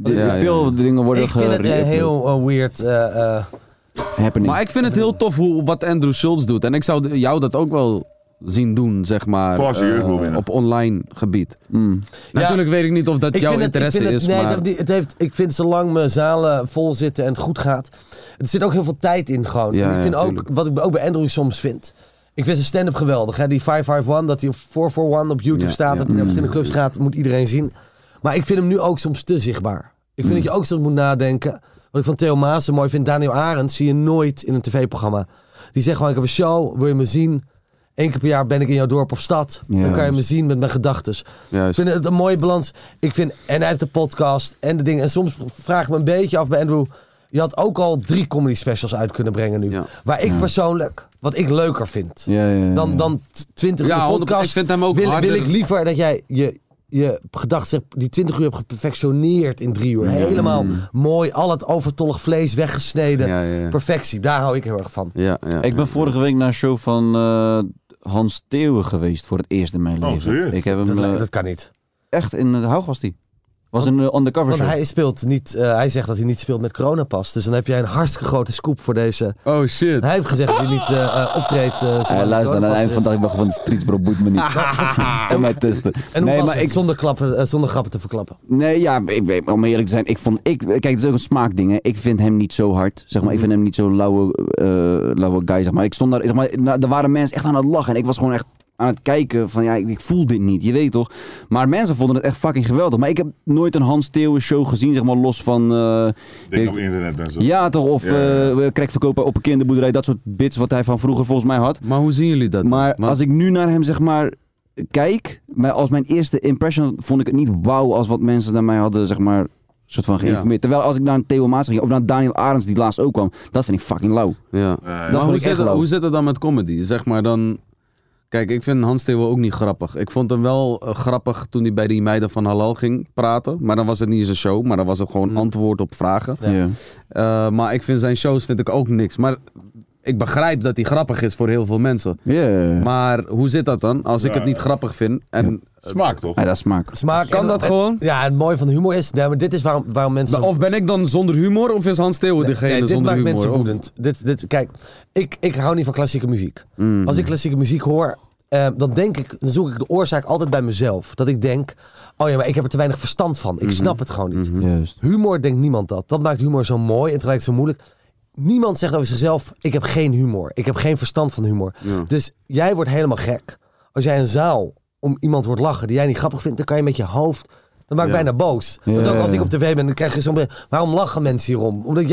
E: Veel dingen worden
G: Ik vind het heel weird
E: happening.
F: Maar ik vind het heel tof wat Andrew Schulz doet. En ik zou jou dat ook wel zien doen, zeg maar, op online gebied. Natuurlijk weet ik niet of dat jouw interesse is, maar...
G: Ik vind zolang mijn zalen vol zitten en het goed gaat... Er zit ook heel veel tijd in gewoon. En ik vind ook, wat ik ook bij Andrew soms vind... Ik vind zijn stand-up geweldig. Hè? Die 551, dat hij op 441 op YouTube staat... dat hij naar verschillende clubs gaat, moet iedereen zien... Maar ik vind hem nu ook soms te zichtbaar. Ik vind dat je ook soms moet nadenken. Wat ik van Theo Maassen mooi vind. Daniel Arends zie je nooit in een tv-programma. Die zegt gewoon, ik heb een show, wil je me zien? 1 keer per jaar ben ik in jouw dorp of stad. Dan kan je me zien met mijn gedachtes. Ik vind het een mooie balans. En hij heeft de podcast en de dingen. En soms vraag ik me een beetje af bij Andrew... Je had ook al 3 comedy specials uit kunnen brengen nu. Waar ik persoonlijk, wat ik leuker vind. Dan 20 uur podcast.
F: Ik vind hem ook
G: wil ik liever dat jij... je gedachten, die 20 uur hebt geperfectioneerd in 3 uur. Helemaal mooi, al het overtollig vlees weggesneden. Perfectie, daar hou ik heel erg van.
E: Ik ben vorige week naar een show van Hans Theeuwen geweest voor het eerst in mijn leven. Ik heb hem,
G: dat kan niet.
E: Echt, in de Haug was die. Was een undercover show.
G: Want hij speelt niet, hij zegt dat hij niet speelt met coronapas. Dus dan heb jij een hartstikke grote scoop voor deze.
F: Oh shit.
G: Hij heeft gezegd dat hij niet optreedt.
E: Luister, aan het eind van de dag, ik ben gewoon de streets, bro, boeit me niet. En mij testen.
G: En hoe was het zonder grappen te verklappen?
E: Nee, om eerlijk te zijn, kijk, het is ook een smaakding, hè. Ik vind hem niet zo hard, zeg maar. Ik vind hem niet zo'n lauwe guy, zeg maar. Ik stond daar, zeg maar, er waren mensen echt aan het lachen. En ik was gewoon echt aan het kijken van, ik voel dit niet, je weet toch. Maar mensen vonden het echt fucking geweldig. Maar ik heb nooit een Hans Theeuwen show gezien, zeg maar, los van...
D: Dingen op internet en zo.
E: Ja, toch, of crackverkopen op een kinderboerderij, dat soort bits wat hij van vroeger volgens mij had.
F: Maar hoe zien jullie dat?
E: Maar als ik nu naar hem, zeg maar, kijk, maar als mijn eerste impression vond ik het niet wauw als wat mensen naar mij hadden, zeg maar, soort van geïnformeerd. Terwijl als ik naar een Theo Maas ging, of naar Daniel Arends die laatst ook kwam, dat vind ik fucking lauw.
F: Hoe zit het dan met comedy? Zeg maar dan... Kijk, ik vind Hans Theeuwen ook niet grappig. Ik vond hem wel grappig toen hij bij die meiden van Halal ging praten. Maar dan was het niet eens een show, maar dan was het gewoon antwoord op vragen. Maar ik vind zijn shows ook niks. Maar ik begrijp dat hij grappig is voor heel veel mensen. Maar hoe zit dat dan? Als ik het niet grappig vind en...
D: Smaak toch?
E: Ja, dat is smaak.
F: Kan dat gewoon?
G: Ja, het mooie van de humor is... maar dit is waarom mensen...
F: Of ben ik dan zonder humor? Of is Hans Theeuwen degene zonder humor?
G: Dit maakt mensen woedend. Kijk, ik hou niet van klassieke muziek. Als ik klassieke muziek hoor... dan zoek ik de oorzaak altijd bij mezelf. Dat ik denk, oh ja, maar ik heb er te weinig verstand van. Ik snap het gewoon niet.
E: Juist.
G: Humor denkt niemand dat. Dat maakt humor zo mooi en tegelijk zo moeilijk. Niemand zegt over zichzelf, ik heb geen humor. Ik heb geen verstand van humor. Ja. Dus jij wordt helemaal gek. Als jij een zaal om iemand hoort lachen die jij niet grappig vindt, dan kan je met je hoofd... Dat maakt bijna boos. Dat is ook als ik op tv ben, dan krijg je zo'n bericht. Waarom lachen mensen hierom? Omdat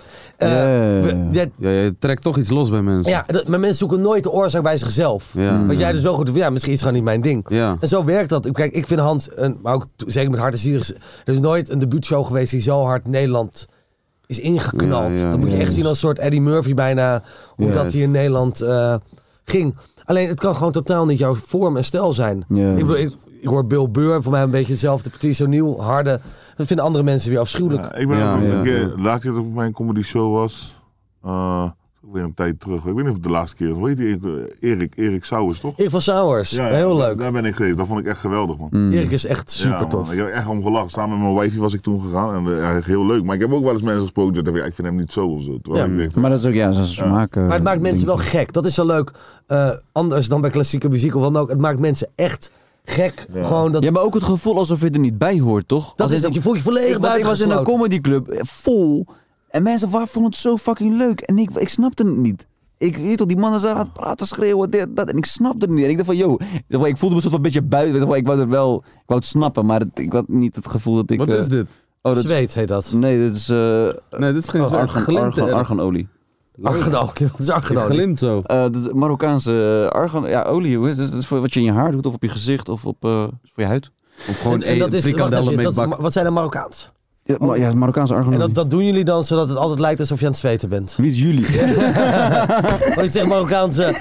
F: je trekt toch iets los bij mensen.
G: Ja, maar mensen zoeken nooit de oorzaak bij zichzelf. Ja. Wat jij dus wel goed doet. Ja, misschien is het gewoon niet mijn ding. Ja. En zo werkt dat. Kijk, ik vind Hans, maar ook zeker met Hart en Zielig, er is nooit een debuutshow geweest die zo hard Nederland is ingeknald. Dan moet je echt zien als een soort Eddie Murphy bijna, hoe dat hij in Nederland ging. Alleen, het kan gewoon totaal niet jouw vorm en stijl zijn. Yeah. Ik hoor Bill Burr, voor mij een beetje hetzelfde. Patrice O'Neal, harde. Dat vinden andere mensen weer afschuwelijk.
D: Ja, ik ben de laatste keer dat ik op mijn comedy show was... weer een tijd terug. Ik weet niet of het de laatste keer is. Hoe heet die? Erik Sauers, toch?
G: Erik van Sauers. Ja, heel leuk.
D: Daar ben ik geweest. Dat vond ik echt geweldig, man.
G: Erik is echt super tof.
D: Ik heb echt om gelachen. Samen met mijn wifey was ik toen gegaan. En eigenlijk heel leuk. Maar ik heb ook wel eens mensen gesproken dat ik vind hem niet zo of zo.
E: Maar dat is ook zo'n smaak.
G: Maar het maakt mensen wel gek. Dat is zo leuk. Anders dan bij klassieke muziek of wat dan ook. Het maakt mensen echt gek.
E: Ja.
G: Gewoon dat...
E: ja, maar ook het gevoel alsof je er niet bij hoort, toch?
G: Dat is dat je voelt je volledig buitengesloten.
E: Ik was in een comedyclub, vol. En mensen vonden het zo fucking leuk. En ik snapte het niet. Ik weet toch, die mannen zijn aan het praten, schreeuwen, dit, dat. En ik snapte het niet. En ik dacht van, ik voelde me soort van een beetje buiten. Ik wou het snappen, maar ik had niet het gevoel dat ik...
F: Wat is dit?
G: Zweet heet dat.
E: Nee, dit is...
F: nee, dit is geen
E: arganolie.
G: Arganolie, wat is arganolie?
F: Het glimt zo.
E: Dat is Marokkaanse olie. Dat is voor wat je in je haar doet, of op je gezicht, of voor je huid.
F: Of gewoon
G: wat zijn er Marokkaans?
E: Ja, Marokkaanse arganolie.
G: En dat doen jullie dan zodat het altijd lijkt alsof je aan het zweten bent?
E: Wie is jullie?
G: Maar je zegt Marokkaanse...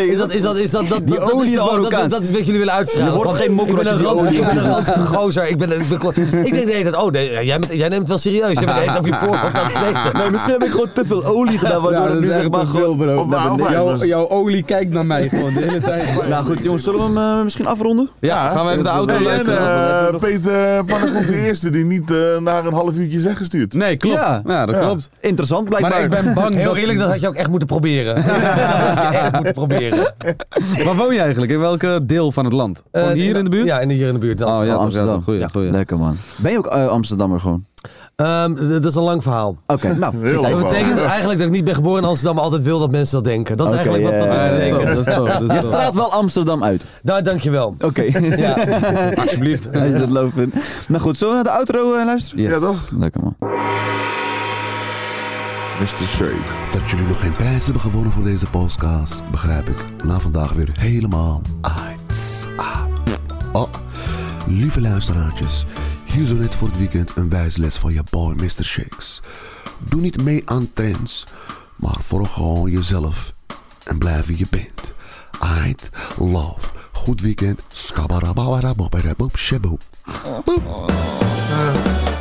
E: Die olie is Marokkaans.
G: Dat is wat jullie willen uitstralen.
E: Je wordt geen mokker als je die olie...
G: Ik ben een ranzige gozer. Ik denk de hele tijd, jij neemt het wel serieus. Je bent de hele tijd op je voorhoofd aan het zweten.
E: Nee, misschien heb ik gewoon te veel olie gedaan, waardoor het nu zeg maar gewoon...
F: Jouw olie kijkt naar mij gewoon de hele tijd.
E: Nou goed, jongens, zullen we hem misschien afronden?
F: Ja, gaan we even de auto luisteren.
D: Peter Panne komt de eerste die niet naar een half uurtje is gestuurd.
F: Nee, klopt. Ja, dat klopt.
E: Interessant blijkbaar.
F: Maar ik ben bang.
G: Heel eerlijk, dat had je ook echt moeten proberen. Dat had je echt moeten proberen.
F: Waar woon je eigenlijk? In welke deel van het land? Hier in de buurt?
G: Ja, hier in de buurt.
E: Amsterdam.
F: Goeie.
E: Lekker man. Ben je ook Amsterdammer gewoon?
G: Dat is een lang verhaal.
E: Oké, nou.
G: Dat betekent eigenlijk dat ik niet ben geboren in Amsterdam, maar altijd wil dat mensen dat denken. Dat is eigenlijk wat dat betekent.
E: Je straalt wel Amsterdam uit.
G: Nou, dankjewel.
E: Oké.
G: Ja.
F: Alsjeblieft.
E: Dat loopt in. Nou goed, zullen we naar de outro luisteren?
D: Yes. Ja, toch?
E: Lekker man.
D: Mr. Shake.
C: Dat jullie nog geen prijs hebben gewonnen voor deze podcast, begrijp ik. Na vandaag weer helemaal uit. Lieve luisteraartjes, hier zo net voor het weekend een wijsles van je boy Mr. Shakes. Doe niet mee aan trends, maar volg gewoon jezelf en blijf wie je bent. Aight, love, goed weekend. Skabarababarabobarabob shaboop. Boop.